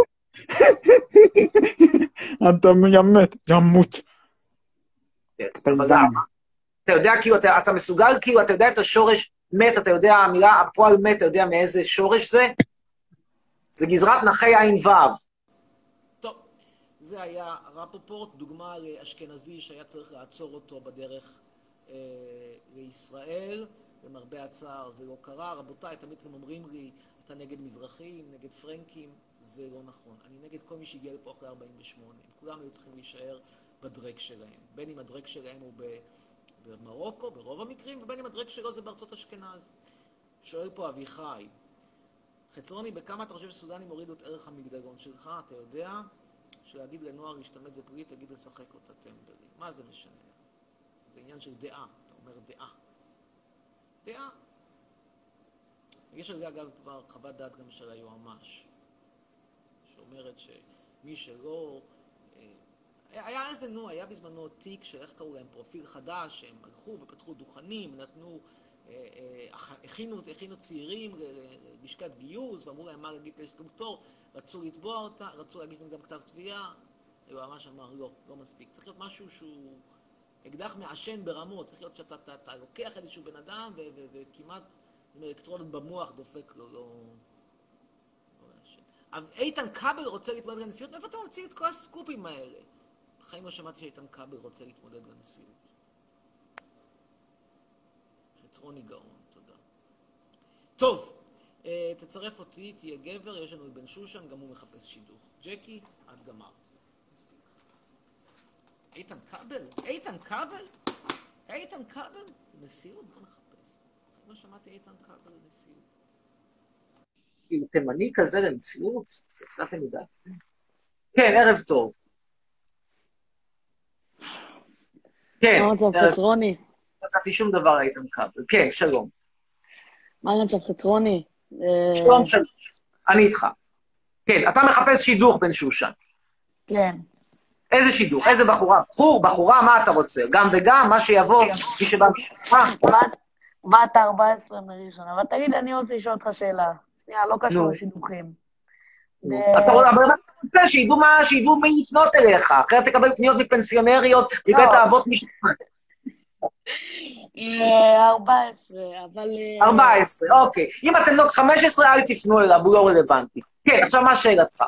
אתה מיימת, ימות. אבל למה? אתה יודע, כאילו, אתה, אתה מסוגל, כאילו, אתה יודע את השורש מת, אתה יודע, המילה, הפועל מת, אתה יודע מאיזה שורש זה? זה גזרת נחי עין וו. טוב, זה היה רפפורט, דוגמה לאשכנזי שהיה צריך לעצור אותו בדרך אה, לישראל. למרבה הצער זה לא קרה. רבותיי, תמיד אתם אומרים לי, אתה נגד מזרחים, נגד פרנקים, זה לא נכון. אני נגד כל מי שהגיע לפה אחרי ארבעים ושמונה. כולם היו צריכים להישאר בדרק שלהם. בין אם הדרק שלהם הוא במרוקו, ברוב המקרים, ובין אם הדרק שלו זה בארצות אשכנז. שואל פה אביחי, חצרוני, בכמה אתה חושב שסודנים הורידו את ערך המגדלון שלך? אתה יודע שלהגיד לנוער להשתמט זה פרי, תגיד לשחק אותה טמבלי. מה זה משנה? זה עניין של דעה. אתה אומר דעה. דעה. יש על זה אגב כבר חוות דעת גם של היועמ"ש, שאומרת שמי שלא... היה איזה, נו, היה בזמנו תיק של איך קראו להם, פרופיל חדש, שהם הלכו ופתחו דוכנים, נתנו, הכינו, הכינו צעירים ללשכת גיוס, ואמרו להם מה להגיד ללשכת פטור, רצו לתבוע אותה, רצו להגיש להם גם כתב תביעה, היועמ"ש אמר, לא, לא מספיק. צריך להיות משהו שהוא אקדח מעשן ברמות, צריך להיות שאתה אתה, אתה לוקח איזשהו בן אדם ו- ו- וכמעט עם אלקטרונות במוח דופק לו, לא... לא מעשן. אבל איתן כבל רוצה להתמודד לנשיאות, מאיפה אתה מוציא את כל הסקופים האלה? בחיים לא שמעתי שאיתן כבל רוצה להתמודד לנשיאות. חצרוני גאון, תודה. טוב, תצרף אותי, תהיה גבר, יש לנו את בן שושן, גם הוא מחפש שידוך. ג'קי, את גמרת. איתן כבל? איתן כבל? איתן כבל? נשיאות? בוא נחפש. לא שמעתי איתן כבל לנשיאות. כאילו, תימני כזה לנשיאות? זה קצת עמידה. כן, ערב טוב. כן, מה מצב חצרוני? לא מצאתי שום דבר איתן כבל. כן, שלום. מה מצב חצרוני? שלום, שלום. אני איתך. כן, אתה מחפש שידוך בן שושן. כן. איזה שידוך? איזה בחורה? בחור, בחורה, מה אתה רוצה? גם וגם, מה שיבוא, מי שבא... בת ארבע עשרה מראשון, אבל תגיד, אני רוצה לשאול אותך שאלה. שנייה, לא קשור לשידוכים. אתה רוצה שידעו מי יפנות אליך, אחרת תקבל פניות מפנסיונריות, מבית האבות משפט. ארבע עשרה, אבל... ארבע עשרה, אוקיי. אם אתם לא חמש עשרה, אל תפנו אליו, הוא לא רלוונטי. כן, עכשיו מה שאלתך?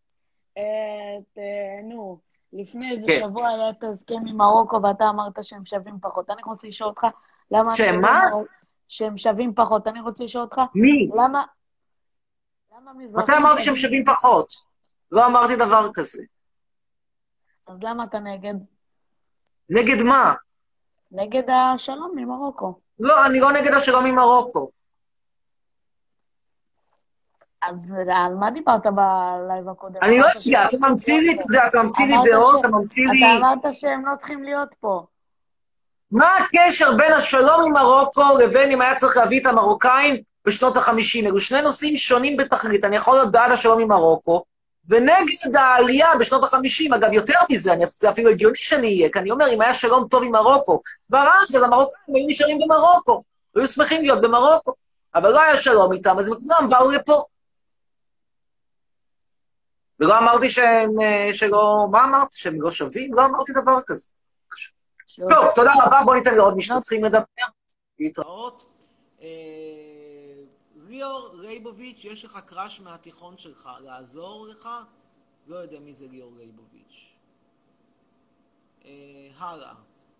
נו, לפני איזה שבוע היה את ההסכם עם מרוקו, ואתה אמרת שהם שווים פחות. אני רוצה לשאול אותך, למה... שמה? שהם שווים פחות. אני רוצה לשאול אותך... מי? למה... למה מזרחים... מתי אמרתי שהם שווים פחות? לא אמרתי דבר כזה. אז למה אתה נגד? נגד מה? נגד השלום ממרוקו. לא, אני לא נגד השלום ממרוקו. אז על מה דיברת בלייב הקודם? אני לא יודע, אתה ממציא לי, אתה יודע, אתה ממציא לי דעות, אתה ממציא לי... אתה אמרת שהם לא צריכים להיות פה. מה הקשר בין השלום עם מרוקו לבין אם היה צריך להביא את המרוקאים בשנות ה-חמישים? אלו שני נושאים שונים בתכלית. אני יכול להיות בעד השלום עם מרוקו, ונגד העלייה בשנות ה-חמישים, אגב, יותר מזה, אני אפילו הגיוני שאני אהיה, כי אני אומר, אם היה שלום טוב עם מרוקו, כבר אז המרוקאים היו נשארים במרוקו, היו שמחים להיות במרוקו, אבל לא היה שלום איתם, אז הם כולם באו לפה. ולא אמרתי שהם, שלא, מה אמרתי? שהם לא שווים? לא אמרתי דבר כזה. טוב, תודה רבה, בוא ניתן לעוד משתתפים לדבר. להתראות. ליאור רייבוביץ', יש לך קראש מהתיכון שלך, לעזור לך? לא יודע מי זה ליאור רייבוביץ'. הלאה.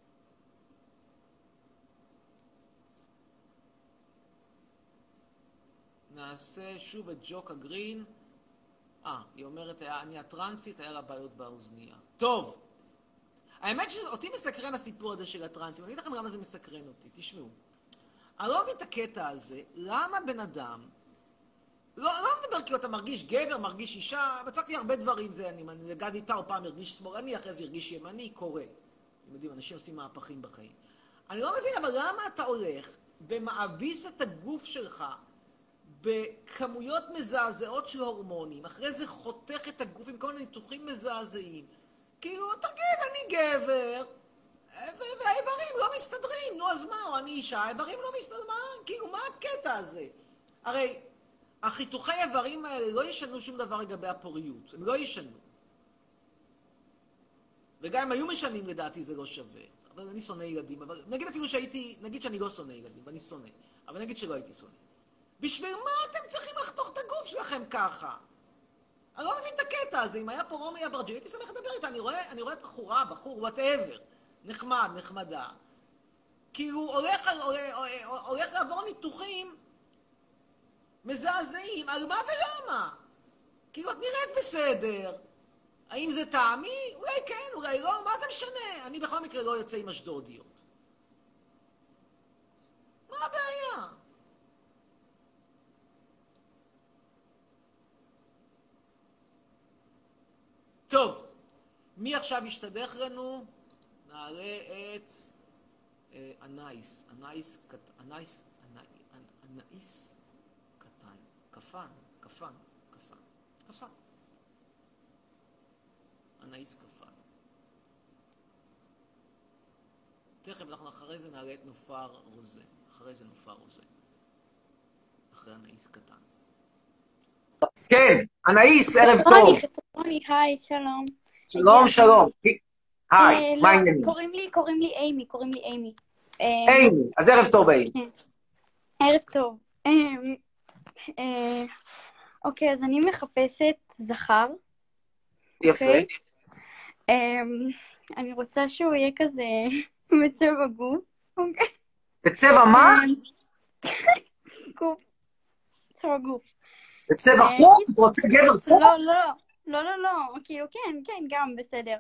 נעשה שוב את ג'וקה גרין. אה, היא אומרת, אני הטרנסית, היה לה בעיות באוזניה. טוב. האמת שאותי מסקרן הסיפור הזה של הטרנסים. אני אגיד לכם למה זה מסקרן אותי. תשמעו. אני לא מבין את הקטע הזה. למה בן אדם... לא, לא מדבר כאילו אתה מרגיש גבר, מרגיש אישה. מצאתי הרבה דברים. זה, אני, אני לגד איתה, או פעם הרגיש שמאלני, אחרי זה הרגיש ימני, קורה. אתם יודעים, אנשים עושים מהפכים בחיים. אני לא מבין, אבל למה אתה הולך ומאביס את הגוף שלך בכמויות מזעזעות של הורמונים, אחרי זה חותך את הגוף עם כל מיני ניתוחים מזעזעים. כאילו, תגיד, אני גבר, והאיברים לא מסתדרים, נו אז מה, או אני אישה, האיברים לא מסתדרים, מה, כאילו, מה הקטע הזה? הרי, החיתוכי האיברים האלה לא ישנו שום דבר לגבי הפוריות, הם לא ישנו. וגם אם היו משנים, לדעתי זה לא שווה. אבל אני שונא ילדים, אבל נגיד אפילו שהייתי, נגיד שאני לא שונא ילדים, ואני שונא, אבל נגיד שלא הייתי שונא. בשביל מה אתם צריכים לחתוך את הגוף שלכם ככה? אני לא מבין את הקטע הזה. אם היה פה רומי אברג'י, הייתי שמח לדבר איתה. אני רואה, אני רואה בחורה, בחור, whatever. נחמד, נחמדה. כאילו, הולך, הולך, הולך לעבור ניתוחים מזעזעים. על מה ולמה? כאילו, את נראית בסדר. האם זה טעמי? אולי כן, אולי לא. מה זה משנה? אני בכל מקרה לא יוצא עם אשדודיות. מה הבעיה? טוב, מי עכשיו ישתדך לנו? נעלה את אנאיס, אנאיס, אנאיס, אנאיס קטן, כפן, כפן, כפן, כפן. אנאיס כפן. תכף אנחנו אחרי זה נעלה את נופר רוזן, אחרי זה נופר רוזן, אחרי אנאיס קטן. כן, אנאיס, ערב טוב. חצרוני, חצרוני, היי, שלום. שלום, שלום. היי, מה העניינים? קוראים לי, קוראים לי אימי, קוראים לי אימי. אימי, אז ערב טוב, אימי. ערב טוב. אוקיי, אז אני מחפשת זכר. יפה. אני רוצה שהוא יהיה כזה בצבע גוף. בצבע מה? גוף. צבע גוף. בצבע חום? את רוצה גבר חום? לא, לא, לא, לא, לא, כאילו, כן, כן, גם בסדר.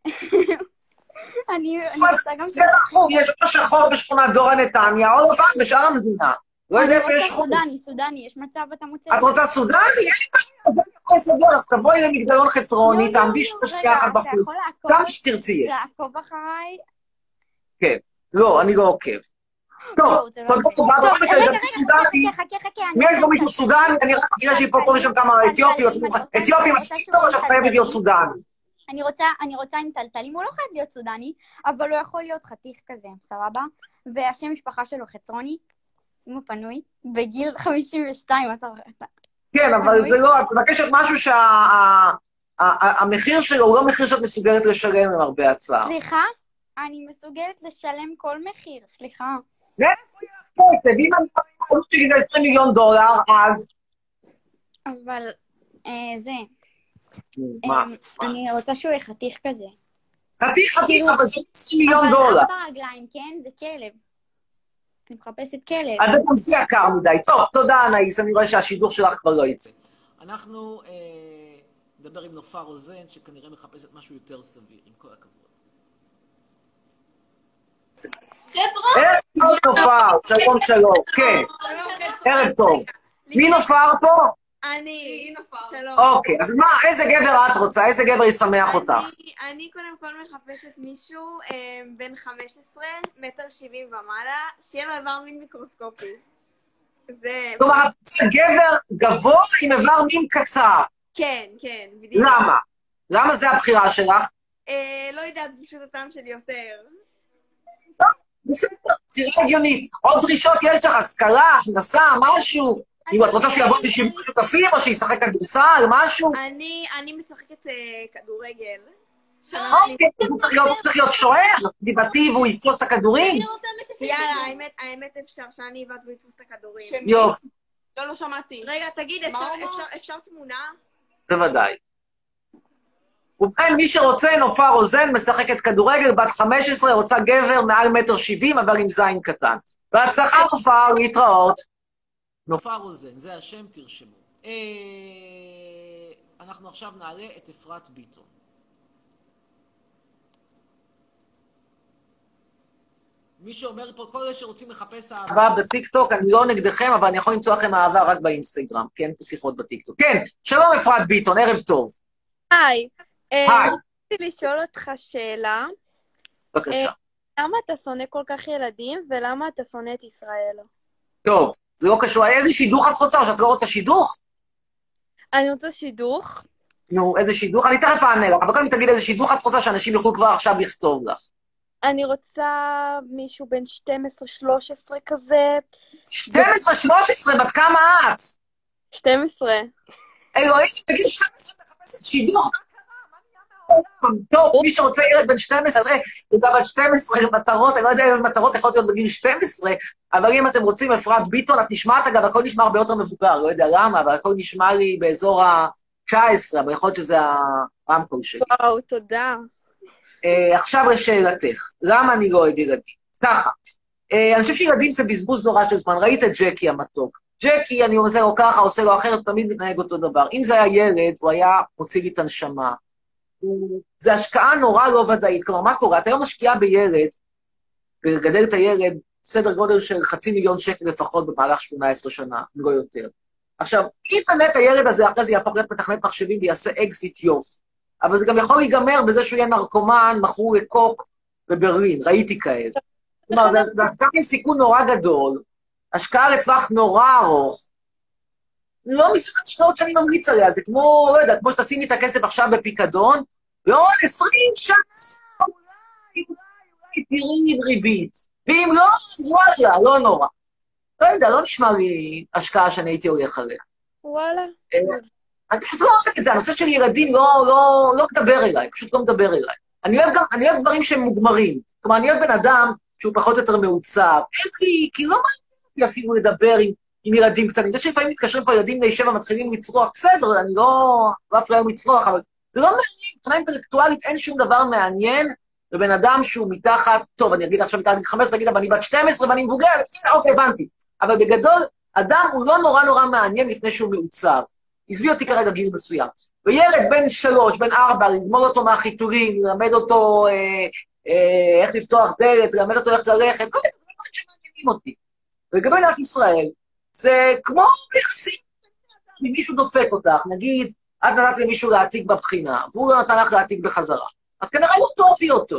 אני רוצה גם... צבע חום, יש פה שחור בשכונת דורה נתניה, או לבן בשאר המדינה. לא יודע איפה יש חום. סודני, סודני, יש מצב אתה מוצא... את רוצה סודני? יש מצב, זה יכול לסדר, אז תבואי למגדלון חצרוני, תעמדי שתשקיע אחת בחוץ. כמה שתרצי יש. לעקוב אחריי? כן, לא, אני לא עוקב. טוב, תודה רבה, בכל מקרה, לגבי סודני, מי יש לו מישהו סודני? אני רק מכירה שהיא פה פה ושם כמה אתיופיות, אתיופים, מספיק טוב שאת חייבת להיות סודני. אני רוצה, אני רוצה עם טלטלים, הוא לא חייב להיות סודני, אבל הוא יכול להיות חתיך כזה, סבבה? והשם משפחה שלו חצרוני, אם הוא פנוי, בגיל חמישים ושתיים, אתה... כן, אבל זה לא, את מבקשת משהו שהמחיר שלו הוא לא מחיר שאת מסוגלת לשלם עם הרבה הצעה. סליחה? אני מסוגלת לשלם כל מחיר, סליחה. מאיפה יהיה לך כסף? אם אני חושבת שלי זה עשרים מיליון דולר, אז... אבל זה... מה? אני רוצה שהוא יהיה חתיך כזה. חתיך, חתיך, אבל זה עשרים מיליון דולר. אבל ארבע רגליים, כן? זה כלב. אני מחפשת כלב. אז גם זה יקר מדי. טוב, תודה, אנאיס, אני רואה שהשידוך שלך כבר לא יצא. אנחנו נדבר עם נופר רוזן, שכנראה מחפשת משהו יותר סביר, עם כל הכבוד. ערב טוב נופר, שלום שלום, כן, ערב טוב. מי נופר פה? אני, שלום. אוקיי, אז מה, איזה גבר את רוצה? איזה גבר ישמח אותך? אני קודם כל מחפשת מישהו בן חמש עשרה, מטר שבעים ומעלה, שיהיה לו איבר מין מיקרוסקופי. זה... כלומר, גבר גבוה עם איבר מין קצר. כן, כן, בדיוק. למה? למה זה הבחירה שלך? לא יודעת, פשוט הטעם שלי יותר. בסדר, בחירה הגיונית. עוד דרישות יש לך, השכלה, הכנסה, משהו? אם את רוצה שיעבוד בשיווק שותפים, או שישחק כדורסל, משהו? אני משחקת כדורגל. אוקיי, הוא צריך להיות שוער, דיבתי, והוא יתפוס את הכדורים? יאללה, האמת אפשר שאני אבד והוא יתפוס את הכדורים. יופי. לא, לא שמעתי. רגע, תגיד, אפשר תמונה? בוודאי. ובכן, מי שרוצה, נופר רוזן, משחקת כדורגל, בת חמש עשרה, רוצה גבר מעל מטר שבעים, אבל עם זין קטן. בהצלחה, נופר, להתראות. נופר רוזן, זה השם, תרשמו. אה... אנחנו עכשיו נעלה את אפרת ביטון. מי שאומר פה, כל אלה שרוצים לחפש אהבה בטיקטוק, אני לא נגדכם, אבל אני יכול למצוא לכם אהבה רק באינסטגרם, כן? פה שיחות בטיקטוק. כן, שלום אפרת ביטון, ערב טוב. היי. היי. רציתי לשאול אותך שאלה. בבקשה. למה אתה שונא כל כך ילדים, ולמה אתה שונא את ישראל? טוב, זה לא קשור. איזה שידוך את רוצה, או שאת לא רוצה שידוך? אני רוצה שידוך. נו, איזה שידוך? אני תכף אענה לך, אבל קודם תגיד איזה שידוך את רוצה שאנשים יוכלו כבר עכשיו לכתוב לך. אני רוצה מישהו בן שתים עשרה שלוש עשרה כזה. שתים עשרה שלוש עשרה, בת כמה את? שתים עשרה. אלוהים, תגיד שתים עשרה מחפשת שידוך, מה קרה? מה נהיה מהעולם? טוב, מי שרוצה ילד בן שתים עשרה, זה גם בת שתים עשרה מטרות, אני לא יודע איזה מטרות יכולות להיות בגיל שתים עשרה, אבל אם אתם רוצים אפרת ביטון, את נשמעת, אגב, הכל נשמע הרבה יותר מבוגר, לא יודע למה, אבל הכל נשמע לי באזור ה-תשע עשרה, אבל יכול להיות שזה הרמקול שלי. וואו, תודה. Uh, עכשיו לשאלתך, למה אני לא אוהב ילדים? ככה, uh, אני חושב שילדים זה בזבוז נורא של זמן, ראית את ג'קי המתוק. ג'קי, אני עושה לו ככה, עושה לו אחרת, תמיד מתנהג אותו דבר. אם זה היה ילד, הוא היה מוציא לי את הנשמה. זה השקעה נורא לא ודאית. כלומר, מה קורה? אתה היום משקיעה בילד, ולגדל את הילד, סדר גודל של חצי מיליון שקל לפחות במהלך שמונה עשרה שנה, לא יותר. עכשיו, אם באמת הילד הזה אחרי זה יהפוך להיות מתכנת מחשבים ויעשה אקזיט יוף, אבל זה גם יכול להיגמר בזה שהוא יהיה נרקומן, מכור לקוק בברלין, ראיתי כאלה. כלומר, זה, זה השקעה עם סיכון נורא גדול, השקעה לטווח נורא ארוך, לא מסוג השקעות שאני ממליץ עליה, זה כמו, לא יודע, כמו שתשימי את הכסף עכשיו בפיקדון, ועוד עשרים שנה, אולי, אולי, אולי, תראי עם ריבית. ואם לא, אז וואלה, לא נורא. לא יודע, לא נשמע לי השקעה שאני הייתי הולך עליה. וואלה. אני פשוט לא אוהב את זה, הנושא של ילדים לא, לא, לא מדבר אליי, פשוט לא מדבר אליי. אני אוהב גם, אני אוהב דברים שהם מוגמרים. כלומר, אני אוהב בן אדם שהוא פחות או יותר מעוצב. אין לי, כי לא מעניין אותי אפילו לדבר עם, עם ילדים קטנים. זה שלפעמים מתקשרים פה ילדים בני שבע, מתחילים לצרוח, בסדר, אני לא, לא אפילו היום לצרוח, אבל זה לא מעניין, מבחינה אינטלקטואלית אין שום דבר מעניין, ובן אדם שהוא מתחת, טוב, אני אגיד עכשיו מתחת חמש עשרה, אגיד, אבל אני בת שתים עשרה ואני מבוגר, אוקיי, הבנתי. אבל בגדול, אדם הוא לא נורא נורא מעניין לפני שהוא מעוצב. עזבי אותי כרגע גיל מסוים. וילד בן שלוש, בן ארבע, ללמוד אותו מהחיתולים, ללמד אותו אה, אה, איך לפתוח דלת, ללמד אותו איך ללכת, כל זה דברים שמעניינים אותי. ולגבי מדינת ישראל, זה כמו ביחסים. אם מישהו דופק אותך, נגיד, את נתת למישהו להעתיק בבחינה, והוא לא נתן לך להעתיק בחזרה. אז כנראה לא תאהבי אותו.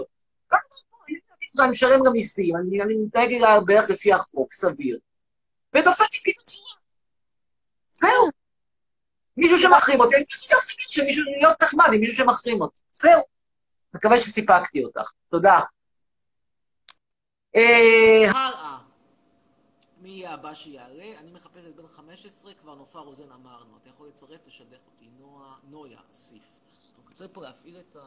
אני משלם גם מיסים, אני, אני מתנהג אליי בערך לפי החוק, סביר. ודופקת לי את הצורה. זהו. מישהו שמחרים אותי, אני צריך להיות סביר שמישהו להיות נחמד עם מישהו שמחרים אותי. זהו. מקווה שסיפקתי אותך. תודה. הלאה. מי יהיה הבא שיעלה? אני מחפש את בן חמש עשרה, כבר נופר רוזן אמרנו. אתה יכול לצרף, תשדך אותי. נועה, נויה, אסיף. אתה רוצה פה להפעיל את ה...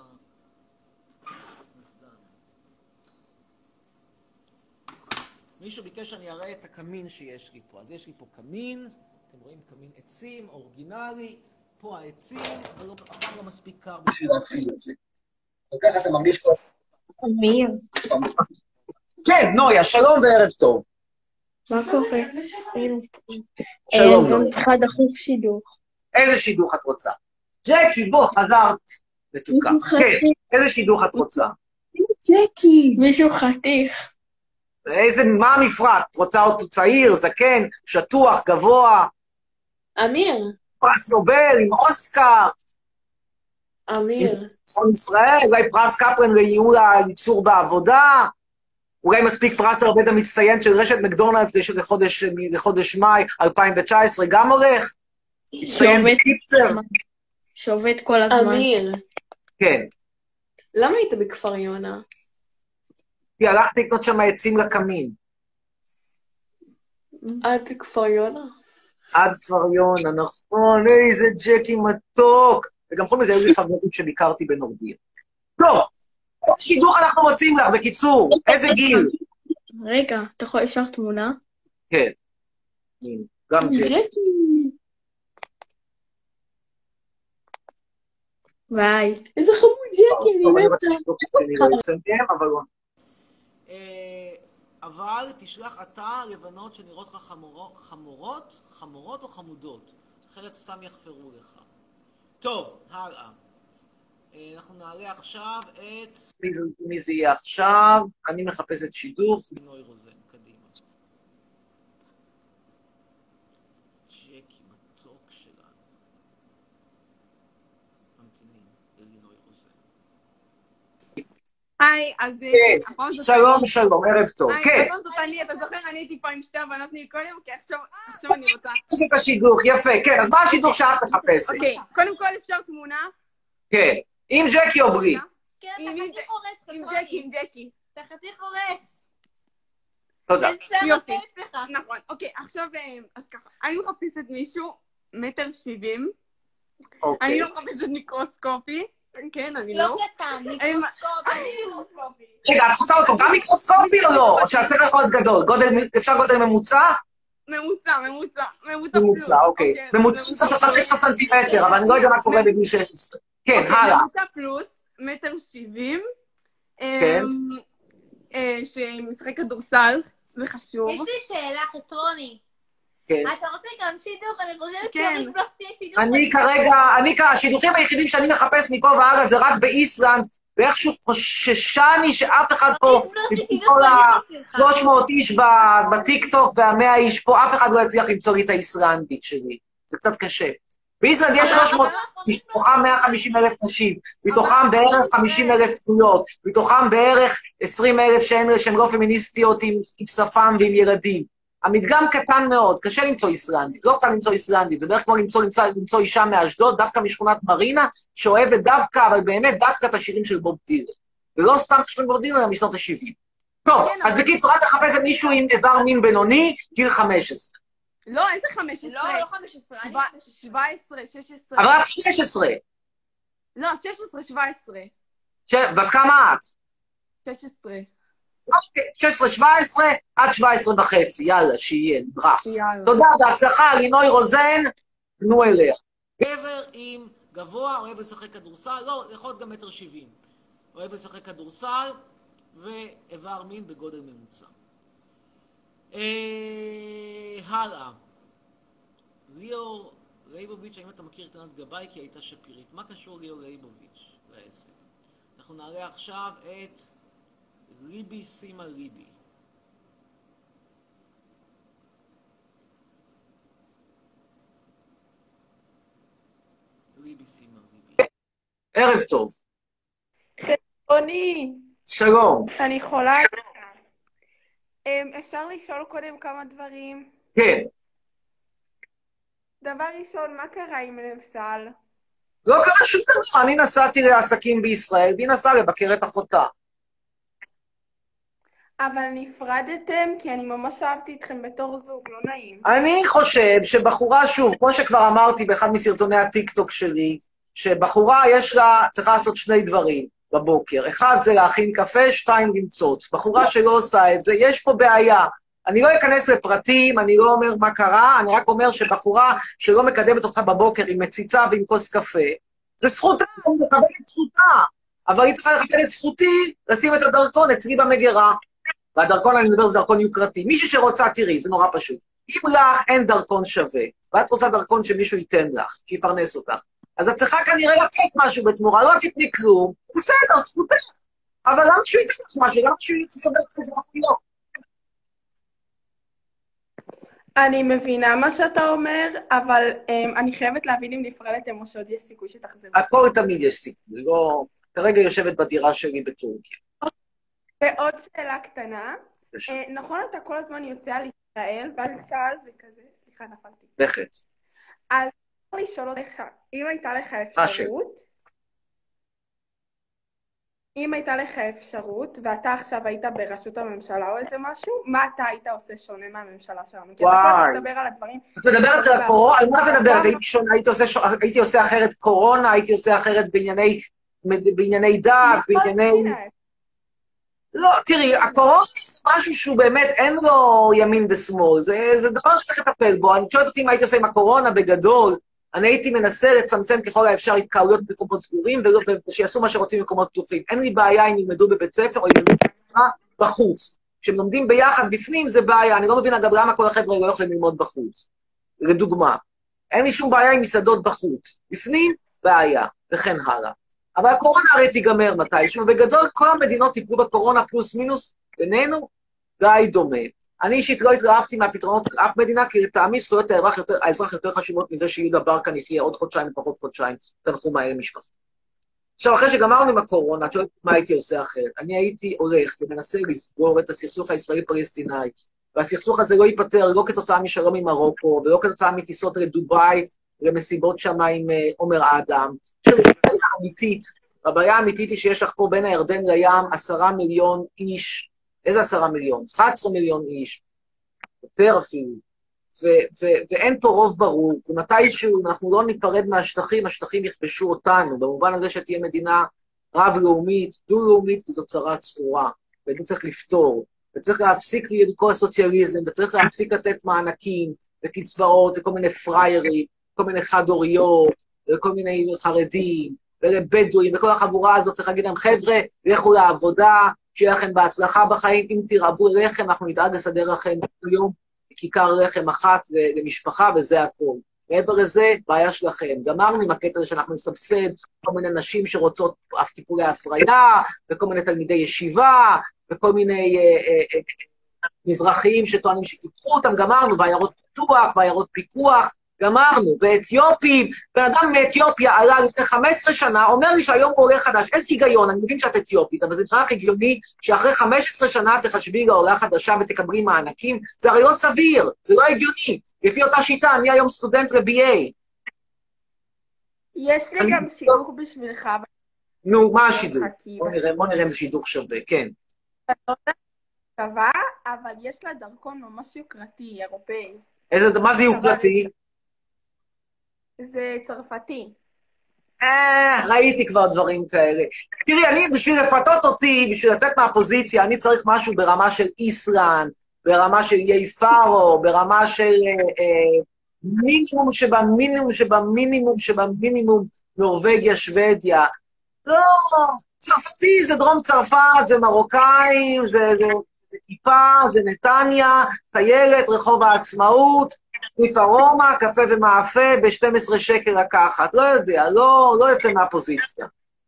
מישהו ביקש שאני אראה את הקמין שיש לי פה. אז יש לי פה קמין, אתם רואים קמין עצים, אורגינלי, פה העצים, אבל לא, לא מספיק קר בשביל להפעיל את זה. וככה אתה מרגיש כל... אמיר. כן, נויה, שלום וערב טוב. מה קורה? שלום, נויה. אני צריכה דחוף שידוך. איזה שידוך את רוצה? ג'קי, בוא, חזרת. מתוקה. כן, איזה שידוך את רוצה? ג'קי. מישהו חתיך. איזה, מה המפרט? רוצה אותו צעיר, זקן, שטוח, גבוה? אמיר. פרס נובל, עם אוסקר. אמיר. עם ישראל, אולי פרס קפרן לייעול הייצור בעבודה, אולי מספיק פרס העובד המצטיין של רשת מקדונלדס לחודש, לחודש מאי אלפיים תשע עשרה, גם הולך? שעובד, שעובד כל הזמן. אמיר. כן. למה היית בכפר יונה? כי הלכתי לקנות שם עצים לקמין. עד כפר יונה? עד כפר יונה, נכון, איזה ג'קי מתוק. וגם חוץ מזה, היו לי חברים שביקרתי בנורדיה. טוב, איזה שידוך אנחנו מוצאים לך, בקיצור, איזה גיל? רגע, אתה יכול לשלוח תמונה? כן. גם ג'קי. ביי. איזה חמוד ג'קי, אני מתה. אבל תשלח אתה לבנות שנראות לך חמורות, חמורות או חמודות. אחרת סתם יחפרו לך. טוב, הלאה. אנחנו נעלה עכשיו את... מי זה יהיה עכשיו? אני מחפש את שידוך. לינוי רוזן, קדימה. ג'קי מתוק שלנו. ממתינים, לינוי רוזן. היי, אז... שלום, שלום, ערב טוב. כן. אתה זוכר, אני הייתי פה עם שתי הבנות מקודם, כי עכשיו אני רוצה... זה את השידוך, יפה, כן. אז מה השידוך שאת מחפשת? אוקיי, קודם כל אפשר תמונה. כן. עם ג'קי או בלי? כן, אתה חצי חורץ, עם ג'קי, עם ג'קי. אתה חצי חורץ. תודה. יופי. נכון, אוקיי, עכשיו, אז ככה, אני מחפשת מישהו, מטר שבעים. אני לא מחפשת מיקרוסקופי. כן, אני לא. לא קטן, מיקרוסקופי. רגע, את רוצה אותו גם מיקרוסקופי או לא? או שאת צריך יכול להיות גדול? אפשר גודל ממוצע? ממוצע, ממוצע. ממוצע, אוקיי. ממוצע של חמש עשרה סנטימטר, אבל אני לא יודע מה קורה בגיל שש עשרה. כן, הלאה. ממוצע פלוס, מטר שבעים. כן. שמשחק כדורסל, זה חשוב. יש לי שאלה, חצרוני. כן. אתה רוצה גם שידוך? אני חושבת כן. שצריך להפתיע שידוך. אני כרגע, אני כרגע, השידוכים היחידים שאני מחפש מפה והלאה זה רק באיסלנד, ואיכשהו חוששני שאף אחד פה, מכל ה-שלוש מאות איש בטיקטוק וה-מאה איש פה, אף אחד לא יצליח למצוא לי את האיסלנדית שלי. זה קצת קשה. באיסלנד יש שלוש מאות, מתוכם מאה וחמישים אלף נשים, מתוכם בערך חמישים אלף תנויות, מתוכם בערך עשרים אלף שהן לא פמיניסטיות עם שפם ועם ילדים. המדגם קטן מאוד, קשה למצוא איסלנדית, לא קטן למצוא איסלנדית, זה בערך כמו למצוא, למצוא, למצוא אישה מאשדוד, דווקא משכונת מרינה, שאוהבת דווקא, אבל באמת דווקא את השירים של בוב דילן. ולא סתם את השירים של בוב דילן, אלא משנות ה-שבעים. טוב, אז בקיצור, רק לחפש את מישהו עם איבר מין בינוני, גיל חמש עשרה. לא, איזה חמש עשרה? לא, לא חמש עשרה. שבע עשרה, שש עשרה. אבל רק שש עשרה. לא, שש עשרה, שבע עשרה. בת כמה את? שש עשרה. שש עשרה שבע עשרה עד שבע עשרה וחצי, יאללה, שיהיה, ברף. תודה, בהצלחה, לינוי רוזן, תנו אליה. גבר עם גבוה, אוהב לשחק כדורסל, לא, יכול להיות גם מטר שבעים. אוהב לשחק כדורסל, ואיבר מין בגודל ממוצע. הלאה. ליאור לייבוביץ', האם אתה מכיר את ענת גבאי כי הייתה שפירית? מה קשור ליאור לייבוביץ' לעסק? אנחנו נעלה עכשיו את... ליבי סימה ליבי. ליבי סימה ליבי. ערב טוב. חצרוני. שלום. אני חולה עליך. אפשר לשאול קודם כמה דברים? כן. דבר ראשון, מה קרה עם לבסל? לא קרה שום דבר. אני נסעתי לעסקים בישראל, והיא נסעה לבקר את אחותה. אבל נפרדתם, כי אני ממש אהבתי אתכם בתור זוג, לא נעים. אני חושב שבחורה, שוב, כמו שכבר אמרתי באחד מסרטוני הטיקטוק שלי, שבחורה יש לה, צריכה לעשות שני דברים בבוקר. אחד זה להכין קפה, שתיים למצוץ. בחורה שלא עושה את זה, יש פה בעיה. אני לא אכנס לפרטים, אני לא אומר מה קרה, אני רק אומר שבחורה שלא מקדמת אותך בבוקר עם מציצה ועם כוס קפה, זה זכותה, אני מקבל את זכותה. אבל היא צריכה לקבל את זכותי, לשים את הדרכון אצלי במגירה. והדרכון, אני מדבר, זה דרכון יוקרתי. מישהו שרוצה, תראי, זה נורא פשוט. אם לך אין דרכון שווה, ואת רוצה דרכון שמישהו ייתן לך, שיפרנס אותך, אז את צריכה כנראה לתת משהו בתמורה, לא תתני כלום, בסדר, זכותך. אבל למה שהוא ייתן לך משהו? למה שהוא יסדר לך איזה מפעילו? אני מבינה מה שאתה אומר, אבל um, אני חייבת להבין אם נפרדתם או שעוד יש סיכוי שתחזרו. הכל תמיד יש סיכוי, לא... כרגע יושבת בדירה שלי בטורקיה. ועוד שאלה קטנה, אה, נכון אתה כל הזמן יוצא על ישראל ועל צה"ל וכזה, סליחה נפלתי. לכת. אז אני לשאול אותך, אם הייתה לך אפשרות, אם הייתה לך אפשרות, ואתה עכשיו היית בראשות הממשלה או איזה משהו, מה אתה היית עושה שונה מהממשלה שלנו? כי אתה כל הזמן מדבר על הדברים... את מדברת על הקורונה? על מה את מדברת? הייתי עושה אחרת קורונה, הייתי עושה אחרת בענייני דת, בענייני... לא, תראי, הקורונה זה משהו שהוא באמת, אין לו ימין ושמאל, זה, זה דבר שצריך לטפל בו. אני שואלת אותי אם הייתי עושה עם הקורונה בגדול, אני הייתי מנסה לצמצם ככל האפשר התקהלויות במקומות סגורים, ושיעשו מה שרוצים במקומות פתוחים. אין לי בעיה אם ילמדו בבית ספר או ילמדו בחוץ. כשהם לומדים ביחד בפנים זה בעיה, אני לא מבין אגב למה כל החבר'ה לא יכולים ללמוד בחוץ. לדוגמה, אין לי שום בעיה עם מסעדות בחוץ. בפנים, בעיה, וכן הלאה. אבל הקורונה הרי תיגמר מתישהו, ובגדול כל המדינות טיפלו בקורונה פלוס מינוס, בינינו, די דומה. אני אישית לא התרעבתי מהפתרונות של אף מדינה, כי לטעמי זכויות האזרח יותר, האזרח יותר חשובות מזה שיהודה ברקן יחיה עוד חודשיים ופחות חודשיים, תנחו מהר משפחה. עכשיו, אחרי שגמרנו עם הקורונה, את שואלת מה הייתי עושה אחרת. אני הייתי הולך ומנסה לסגור את הסכסוך הישראלי-פלסטיני, והסכסוך הזה לא ייפטר לא כתוצאה משלום עם מרוקו, ולא כתוצאה מטיסות לדובאי, למסיבות שם עם עומר אדם. יש לנו בעיה אמיתית, והבעיה האמיתית היא שיש לך פה בין הירדן לים עשרה מיליון איש, איזה עשרה מיליון? אחת עשרה מיליון איש, יותר אפילו, ו- ו- ואין פה רוב ברור, ומתישהו אנחנו לא ניפרד מהשטחים, השטחים יכבשו אותנו, במובן הזה שתהיה מדינה רב-לאומית, דו-לאומית, וזו צרה צרורה, ואת זה צריך לפתור, וצריך להפסיק לקרוא הסוציאליזם, וצריך להפסיק לתת מענקים, וקצבאות, וכל מיני פריירים, כל מיני חד-הוריות, וכל מיני חרדים, ולבדואים, וכל החבורה הזאת צריך להגיד להם, חבר'ה, לכו לעבודה, שיהיה לכם בהצלחה בחיים, אם תרעבו לחם, אנחנו נדאג לסדר לכם היום כיכר לחם אחת למשפחה, וזה הכל. מעבר לזה, בעיה שלכם. גמרנו עם הקטע הזה שאנחנו נסבסד כל מיני נשים שרוצות אף טיפולי הפריה, וכל מיני תלמידי ישיבה, וכל מיני אה, אה, אה, מזרחיים שטוענים שקיפחו אותם, גמרנו, ועיירות פיתוח, ועיירות פיקוח, גמרנו, ואתיופים, בן אדם מאתיופיה עלה לפני חמש עשרה שנה, אומר לי שהיום הוא עולה חדש, איזה היגיון, אני מבין שאת אתיופית, אבל זה נראה לך הגיוני שאחרי חמש עשרה שנה תחשבי לעולה חדשה ותקבלי מענקים, זה הרי לא סביר, זה לא הגיוני, לפי אותה שיטה, אני היום סטודנט ל-בי איי. יש לי גם שידוך בשבילך. נו, מה השידוך? בוא נראה אם זה שידוך שווה, כן. צבא, אבל יש לה דרכון ממש יוקרתי, אירופאי. מה זה יוקרתי? זה צרפתי. אה, ראיתי כבר דברים כאלה. תראי, אני, בשביל לפתות אותי, בשביל לצאת מהפוזיציה, אני צריך משהו ברמה של איסלנד, ברמה של איי פארו, ברמה של אה, מינימום שבמינימום שבמינימום שבמינימום נורווגיה, שוודיה. לא, צרפתי זה דרום צרפת, זה מרוקאים, זה, זה, זה כיפה, זה נתניה, טיילת, רחוב העצמאות, מפרoma, קפה ומאפה, ב-שנים עשר שקל לקחת. לא יודע, לא, לא יוצא מהפוזיציה.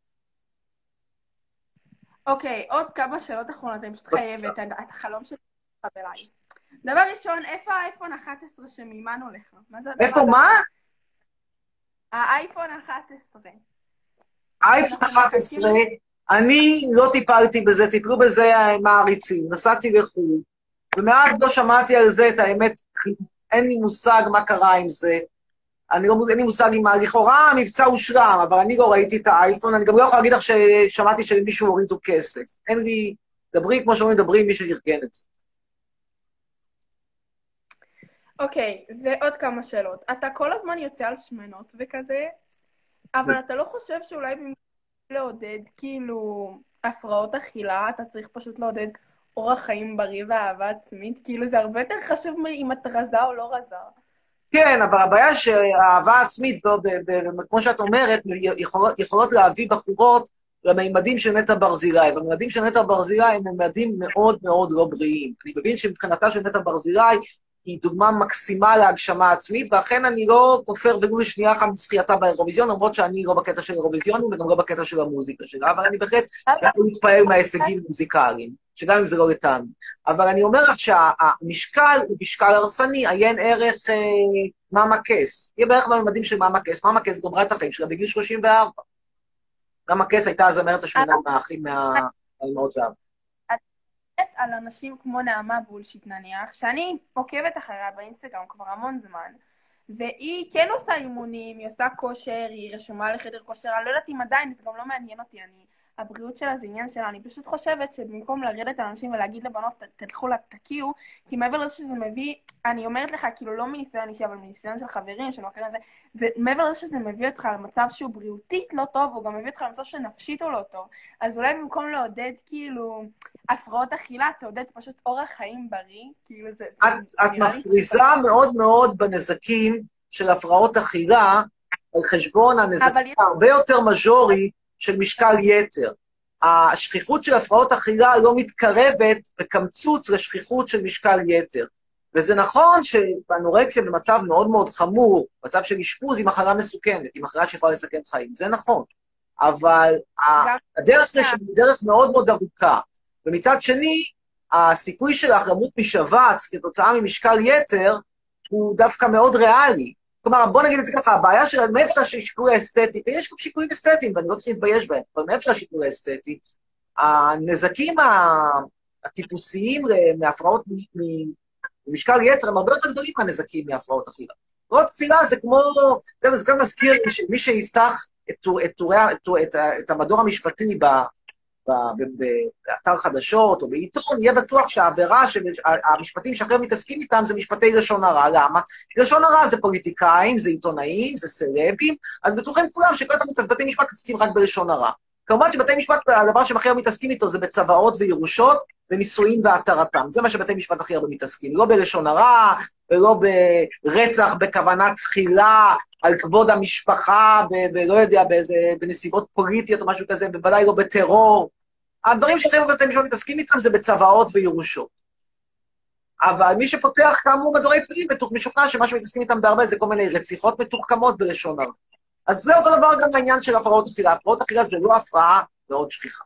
אוקיי, עוד כמה שאלות אחרונות, אני פשוט חייבת, את החלום שלי חבריי. דבר ראשון, איפה האייפון אחת עשרה שמימנו לך? איפה מה? האייפון אחת עשרה. האייפון אחת עשרה, אני לא טיפלתי בזה, טיפלו בזה מעריצים, נסעתי לחו"ל, ומאז לא שמעתי על זה את האמת, אין לי מושג מה קרה עם זה, אני לא, אין לי מושג עם מה, לכאורה המבצע הושלם, אבל אני לא ראיתי את האייפון, אני גם לא יכול להגיד לך ששמעתי שמישהו הורידו כסף. אין לי, דברי כמו שאומרים, דברי עם מי שארגן את זה. אוקיי, ועוד כמה שאלות. אתה כל הזמן יוצא על שמנות וכזה, אבל אתה לא חושב שאולי במקום לעודד, כאילו, הפרעות אכילה, אתה צריך פשוט לעודד אורח חיים בריא ואהבה עצמית? כאילו, זה הרבה יותר חשוב אם אתה רזה או לא רזה. כן, אבל הבעיה שהאהבה עצמית, כמו שאת אומרת, יכולות, יכולות להביא בחורות לממדים של נטע ברזילי. בממדים של נטע ברזילי הם ממדים מאוד מאוד לא בריאים. אני מבין שמבחינתה של נטע ברזילי היא דוגמה מקסימה להגשמה עצמית, ואכן אני לא כופר ולו לשנייה אחת בזכייתה באירוויזיון, למרות שאני לא בקטע של אירוויזיון וגם לא בקטע של המוזיקה שלה, אבל אני בהחלט יכול להתפעל מההישגים המוזיקליים, שגם אם זה לא לטעמי. אבל אני אומר לך שהמשקל הוא משקל הרסני, עיין ערך אה, מאמה קס. יהיה בערך בממדים של מאמה קס. מאמה קס גמרה את החיים שלה בגיל שלושים וארבע. מאמה קס הייתה הזמרת השמונה מהאחים מהאימהות ואבא. על אנשים כמו נעמה בולשיט נניח, שאני עוקבת אחריה באינסטגרם כבר המון זמן, והיא כן עושה אימונים, היא עושה כושר, היא רשומה לחדר כושר, אני לא יודעת אם עדיין, זה גם לא מעניין אותי, אני, הבריאות שלה זה עניין שלה, אני פשוט חושבת שבמקום לרדת על אנשים ולהגיד לבנות, תלכו לה, תקיעו, כי מעבר לזה שזה מביא, אני אומרת לך, כאילו לא מניסיון אישי, אבל מניסיון של חברים, של מכירים, זה, זה, מעבר לזה שזה מביא אותך למצב שהוא בריאותית לא טוב, הוא גם מביא אותך למצב שנפשית הוא לא טוב, אז אולי במקום לעודד, כאילו, הפרעות אכילה, תעודד פשוט אורח חיים בריא, כאילו זה... את, את מפריזה מאוד מאוד בנזקים של הפרעות אכילה על חשבון הנזקים הרבה יותר מז'ורי של משקל יתר. השכיחות של הפרעות אכילה לא מתקרבת בקמצוץ לשכיחות של משקל יתר. וזה נכון שאנורקסיה במצב מאוד מאוד חמור, מצב של אשפוז היא מחלה מסוכנת, היא מחלה שיכולה לסכן חיים, זה נכון. אבל הדרך זה היא דרך מאוד מאוד ארוכה. ומצד שני, הסיכוי שלך למות משבץ כתוצאה ממשקל יתר הוא דווקא מאוד ריאלי. כלומר, בוא נגיד את זה ככה, הבעיה של מעבר לשיקול האסתטי, ויש גם שיקולים אסתטיים, ואני לא צריך להתבייש בהם, אבל מעבר לשיקול האסתטי, הנזקים הטיפוסיים מהפרעות ממשקל יתר הם הרבה יותר גדולים מהנזקים מהפרעות אכילה. הפרעות אכילה זה כמו, זה גם נזכיר מי שיפתח את, את, את, את, את המדור המשפטי ב, ב, ב, באתר חדשות או בעיתון, יהיה בטוח שהעבירה של המשפטים שאחרי מתעסקים איתם זה משפטי לשון הרע. למה? לשון הרע זה פוליטיקאים, זה עיתונאים, זה סלבים, אז בטוחים כולם שכל אחד בתי משפט מתעסקים רק בלשון הרע. כמובן שבתי משפט, הדבר שהם הכי הרבה מתעסקים איתו זה בצוואות וירושות ונישואין והתרתם. זה מה שבתי משפט הכי הרבה מתעסקים. לא בלשון הרע, ולא ברצח בכוונת תחילה, על כבוד המשפחה, לא יודע, בנסיבות פוליטיות או משהו כזה, בוודאי לא בטרור. הדברים שהכי הרבה בתי משפט מתעסקים איתם זה בצוואות וירושות. אבל מי שפותח כאמור מדורי פנים, בטוח משוכנע שמה שמתעסקים איתם בהרבה זה כל מיני רציחות מתוחכמות בלשון הרע. אז זה אותו דבר גם בעניין של הפרעות אכילה. הפרעות אכילה זה לא הפרעה מאוד שכיחה.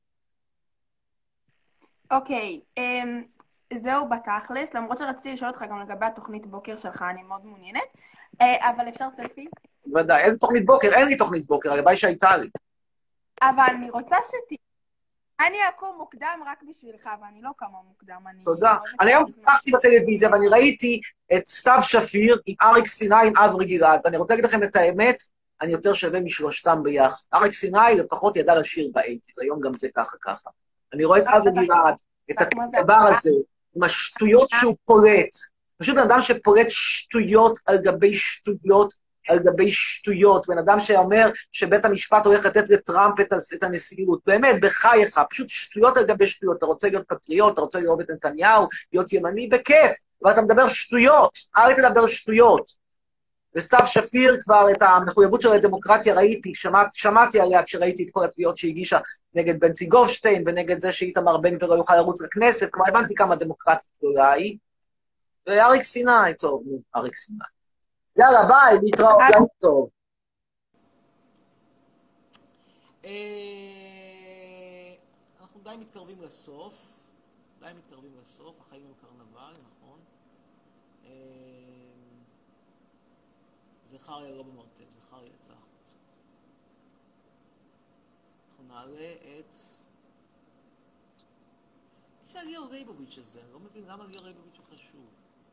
אוקיי, זהו בתכלס, למרות שרציתי לשאול אותך גם לגבי התוכנית בוקר שלך, אני מאוד מעוניינת, אבל אפשר סלפי? ודאי, אין תוכנית בוקר, אין לי תוכנית בוקר, הלוואי שהייתה לי. אבל אני רוצה שתהיה. אני אקום מוקדם רק בשבילך, ואני לא קמה מוקדם. תודה. אני היום פתחתי בטלוויזיה, ואני ראיתי את סתיו שפיר עם אריק סיני עם אברי גלעד, ואני רוצה להגיד לכם את האמת, אני יותר שווה משלושתם ביחד. אריק סיני לפחות ידע לשיר באייטיז, היום גם זה ככה ככה. אני רואה את אברי גלעד, את הדבר הזה, עם השטויות שהוא פולט. פשוט בן אדם שפולט שטויות על גבי שטויות, על גבי שטויות. בן אדם שאומר שבית המשפט הולך לתת לטראמפ את הנשיאות. באמת, בחייך, פשוט שטויות על גבי שטויות. אתה רוצה להיות פטריוט, אתה רוצה לראות את נתניהו, להיות ימני, בכיף. אבל אתה מדבר שטויות, אל תדבר שטויות. וסתיו שפיר כבר את המחויבות של הדמוקרטיה ראיתי, שמע, שמעתי עליה כשראיתי את כל התביעות שהגישה נגד בנצי גופשטיין, ונגד זה שאיתמר בן גביר לא יוכל לרוץ לכנסת, כבר הבנתי כמה דמוקרטית גדולה היא. ואריק סיני, טוב, נו, אריק סיני. יאללה, ביי, נתראות, יאללה, טוב. אנחנו די מתקרבים לסוף, די מתקרבים לסוף, החיים הם קרנבל, נכון? זכריה לא במרתף, זכריה יצא החוצה. אנחנו נעלה את... זה ליאור רייבוביץ' הזה, אני לא מבין למה ליאור רייבוביץ' הוא חשוב.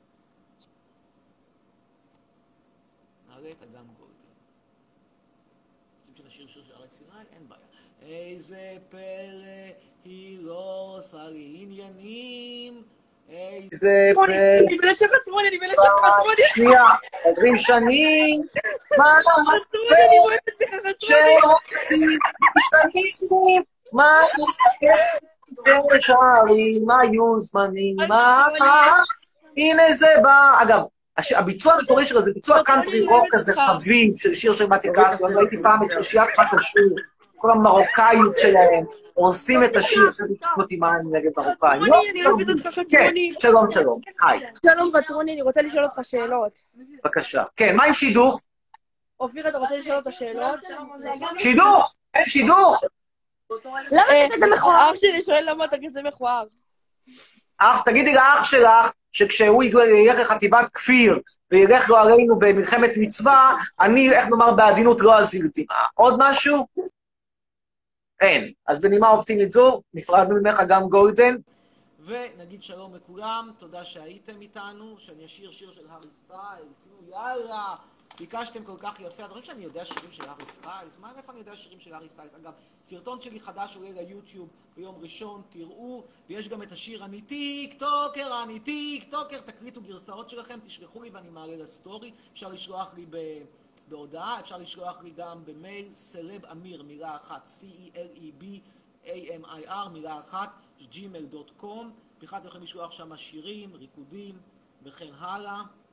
נעלה את אגם גולדין. רוצים שנשאיר שיר של אריק סיני? אין בעיה. איזה פלא היא לא עושה לי עניינים, איזה פלא... אני בלשך עצמוני, אני בלשך עצמוני. שנייה, עוברים שנים, מה נעשה שרוצים שנים, מה נעשה שערים, מה היו זמנים, מה... הנה זה בא... אגב, הביצוע המקורי שלו זה ביצוע קאנטרי רוק כזה חביב של שיר של מתי קסטרו, אני ראיתי פעם את שלישיית חת השיר, כל המרוקאיות שלהם, הורסים את השיר, זה בדיוק אותי מה אני נגד מרוקאים. אני אוהבת אותך חצרוני. כן, שלום שלום, היי. שלום חצרוני, אני רוצה לשאול אותך שאלות. בבקשה. כן, מה עם שידוך? אופיר, אתה רוצה לשאול אותך שאלות? שידוך! אין שידוך! למה אתה כזה מכוער? אח שלי שואל למה אתה כזה מכוער. אח, תגידי לאח שלך, שכשהוא ילך לחטיבת כפיר, וילך לו עלינו במלחמת מצווה, אני, איך נאמר בעדינות, לא אזילתי. עוד משהו? אין. אז בנימה אופטימית זו, נפרדנו ממך גם גולדן. ונגיד שלום לכולם, תודה שהייתם איתנו, שאני אשיר שיר של הארי סטיילס, יאללה, ביקשתם כל כך יפה, אני חושב שאני יודע שירים של הארי סטיילס, מה, איפה אני יודע שירים של הארי סטיילס? אגב, סרטון שלי חדש עולה ליוטיוב ביום ראשון, תראו, ויש גם את השיר אני טיק טוקר, אני טיק טוקר, תקליטו גרסאות שלכם, תשלחו לי ואני מעלה לסטורי, אפשר לשלוח לי ב... בהודעה, אפשר לשלוח לי גם במייל, סלב אמיר, מילה אחת, C-E-L-E-B-A-M-I-R, מילה אחת, ג'ימייל דוט קום, בכלל אתם יכולים לשלוח שם שירים, ריקודים וכן הלאה.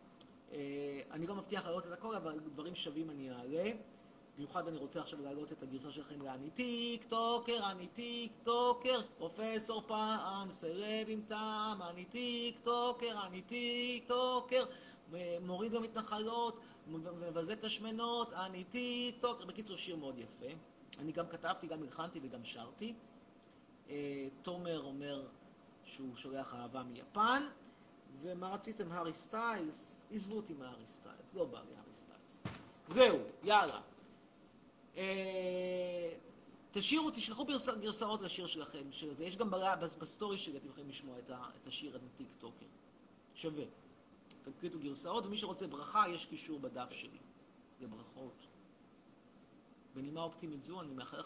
אני לא מבטיח להעלות את הכל, אבל דברים שווים אני אעלה. במיוחד אני רוצה עכשיו להעלות את הגרסה שלכם לאני טיק טוקר, אני טיק טוקר, פרופסור פעם, סלב עם טעם, אני טיק טוקר, אני טיק טוקר, מוריד למתנחלות, מבזה את השמנות, אני טיק טוקר. בקיצור, שיר מאוד יפה. אני גם כתבתי, גם הלחנתי וגם שרתי. תומר אומר שהוא שולח אהבה מיפן. ומה רציתם? הארי סטיילס? עזבו אותי מהארי סטיילס, לא בא לי הארי סטיילס. זהו, יאללה. תשאירו, תשלחו גרסאות לשיר שלכם, של זה. יש גם בסטורי שלי, אתם יכולים לשמוע את השיר אני טיק טוקר. שווה. תקליטו גרסאות, ומי שרוצה ברכה, יש קישור בדף שלי. לברכות. בנימה אופטימית זו, אני מאחל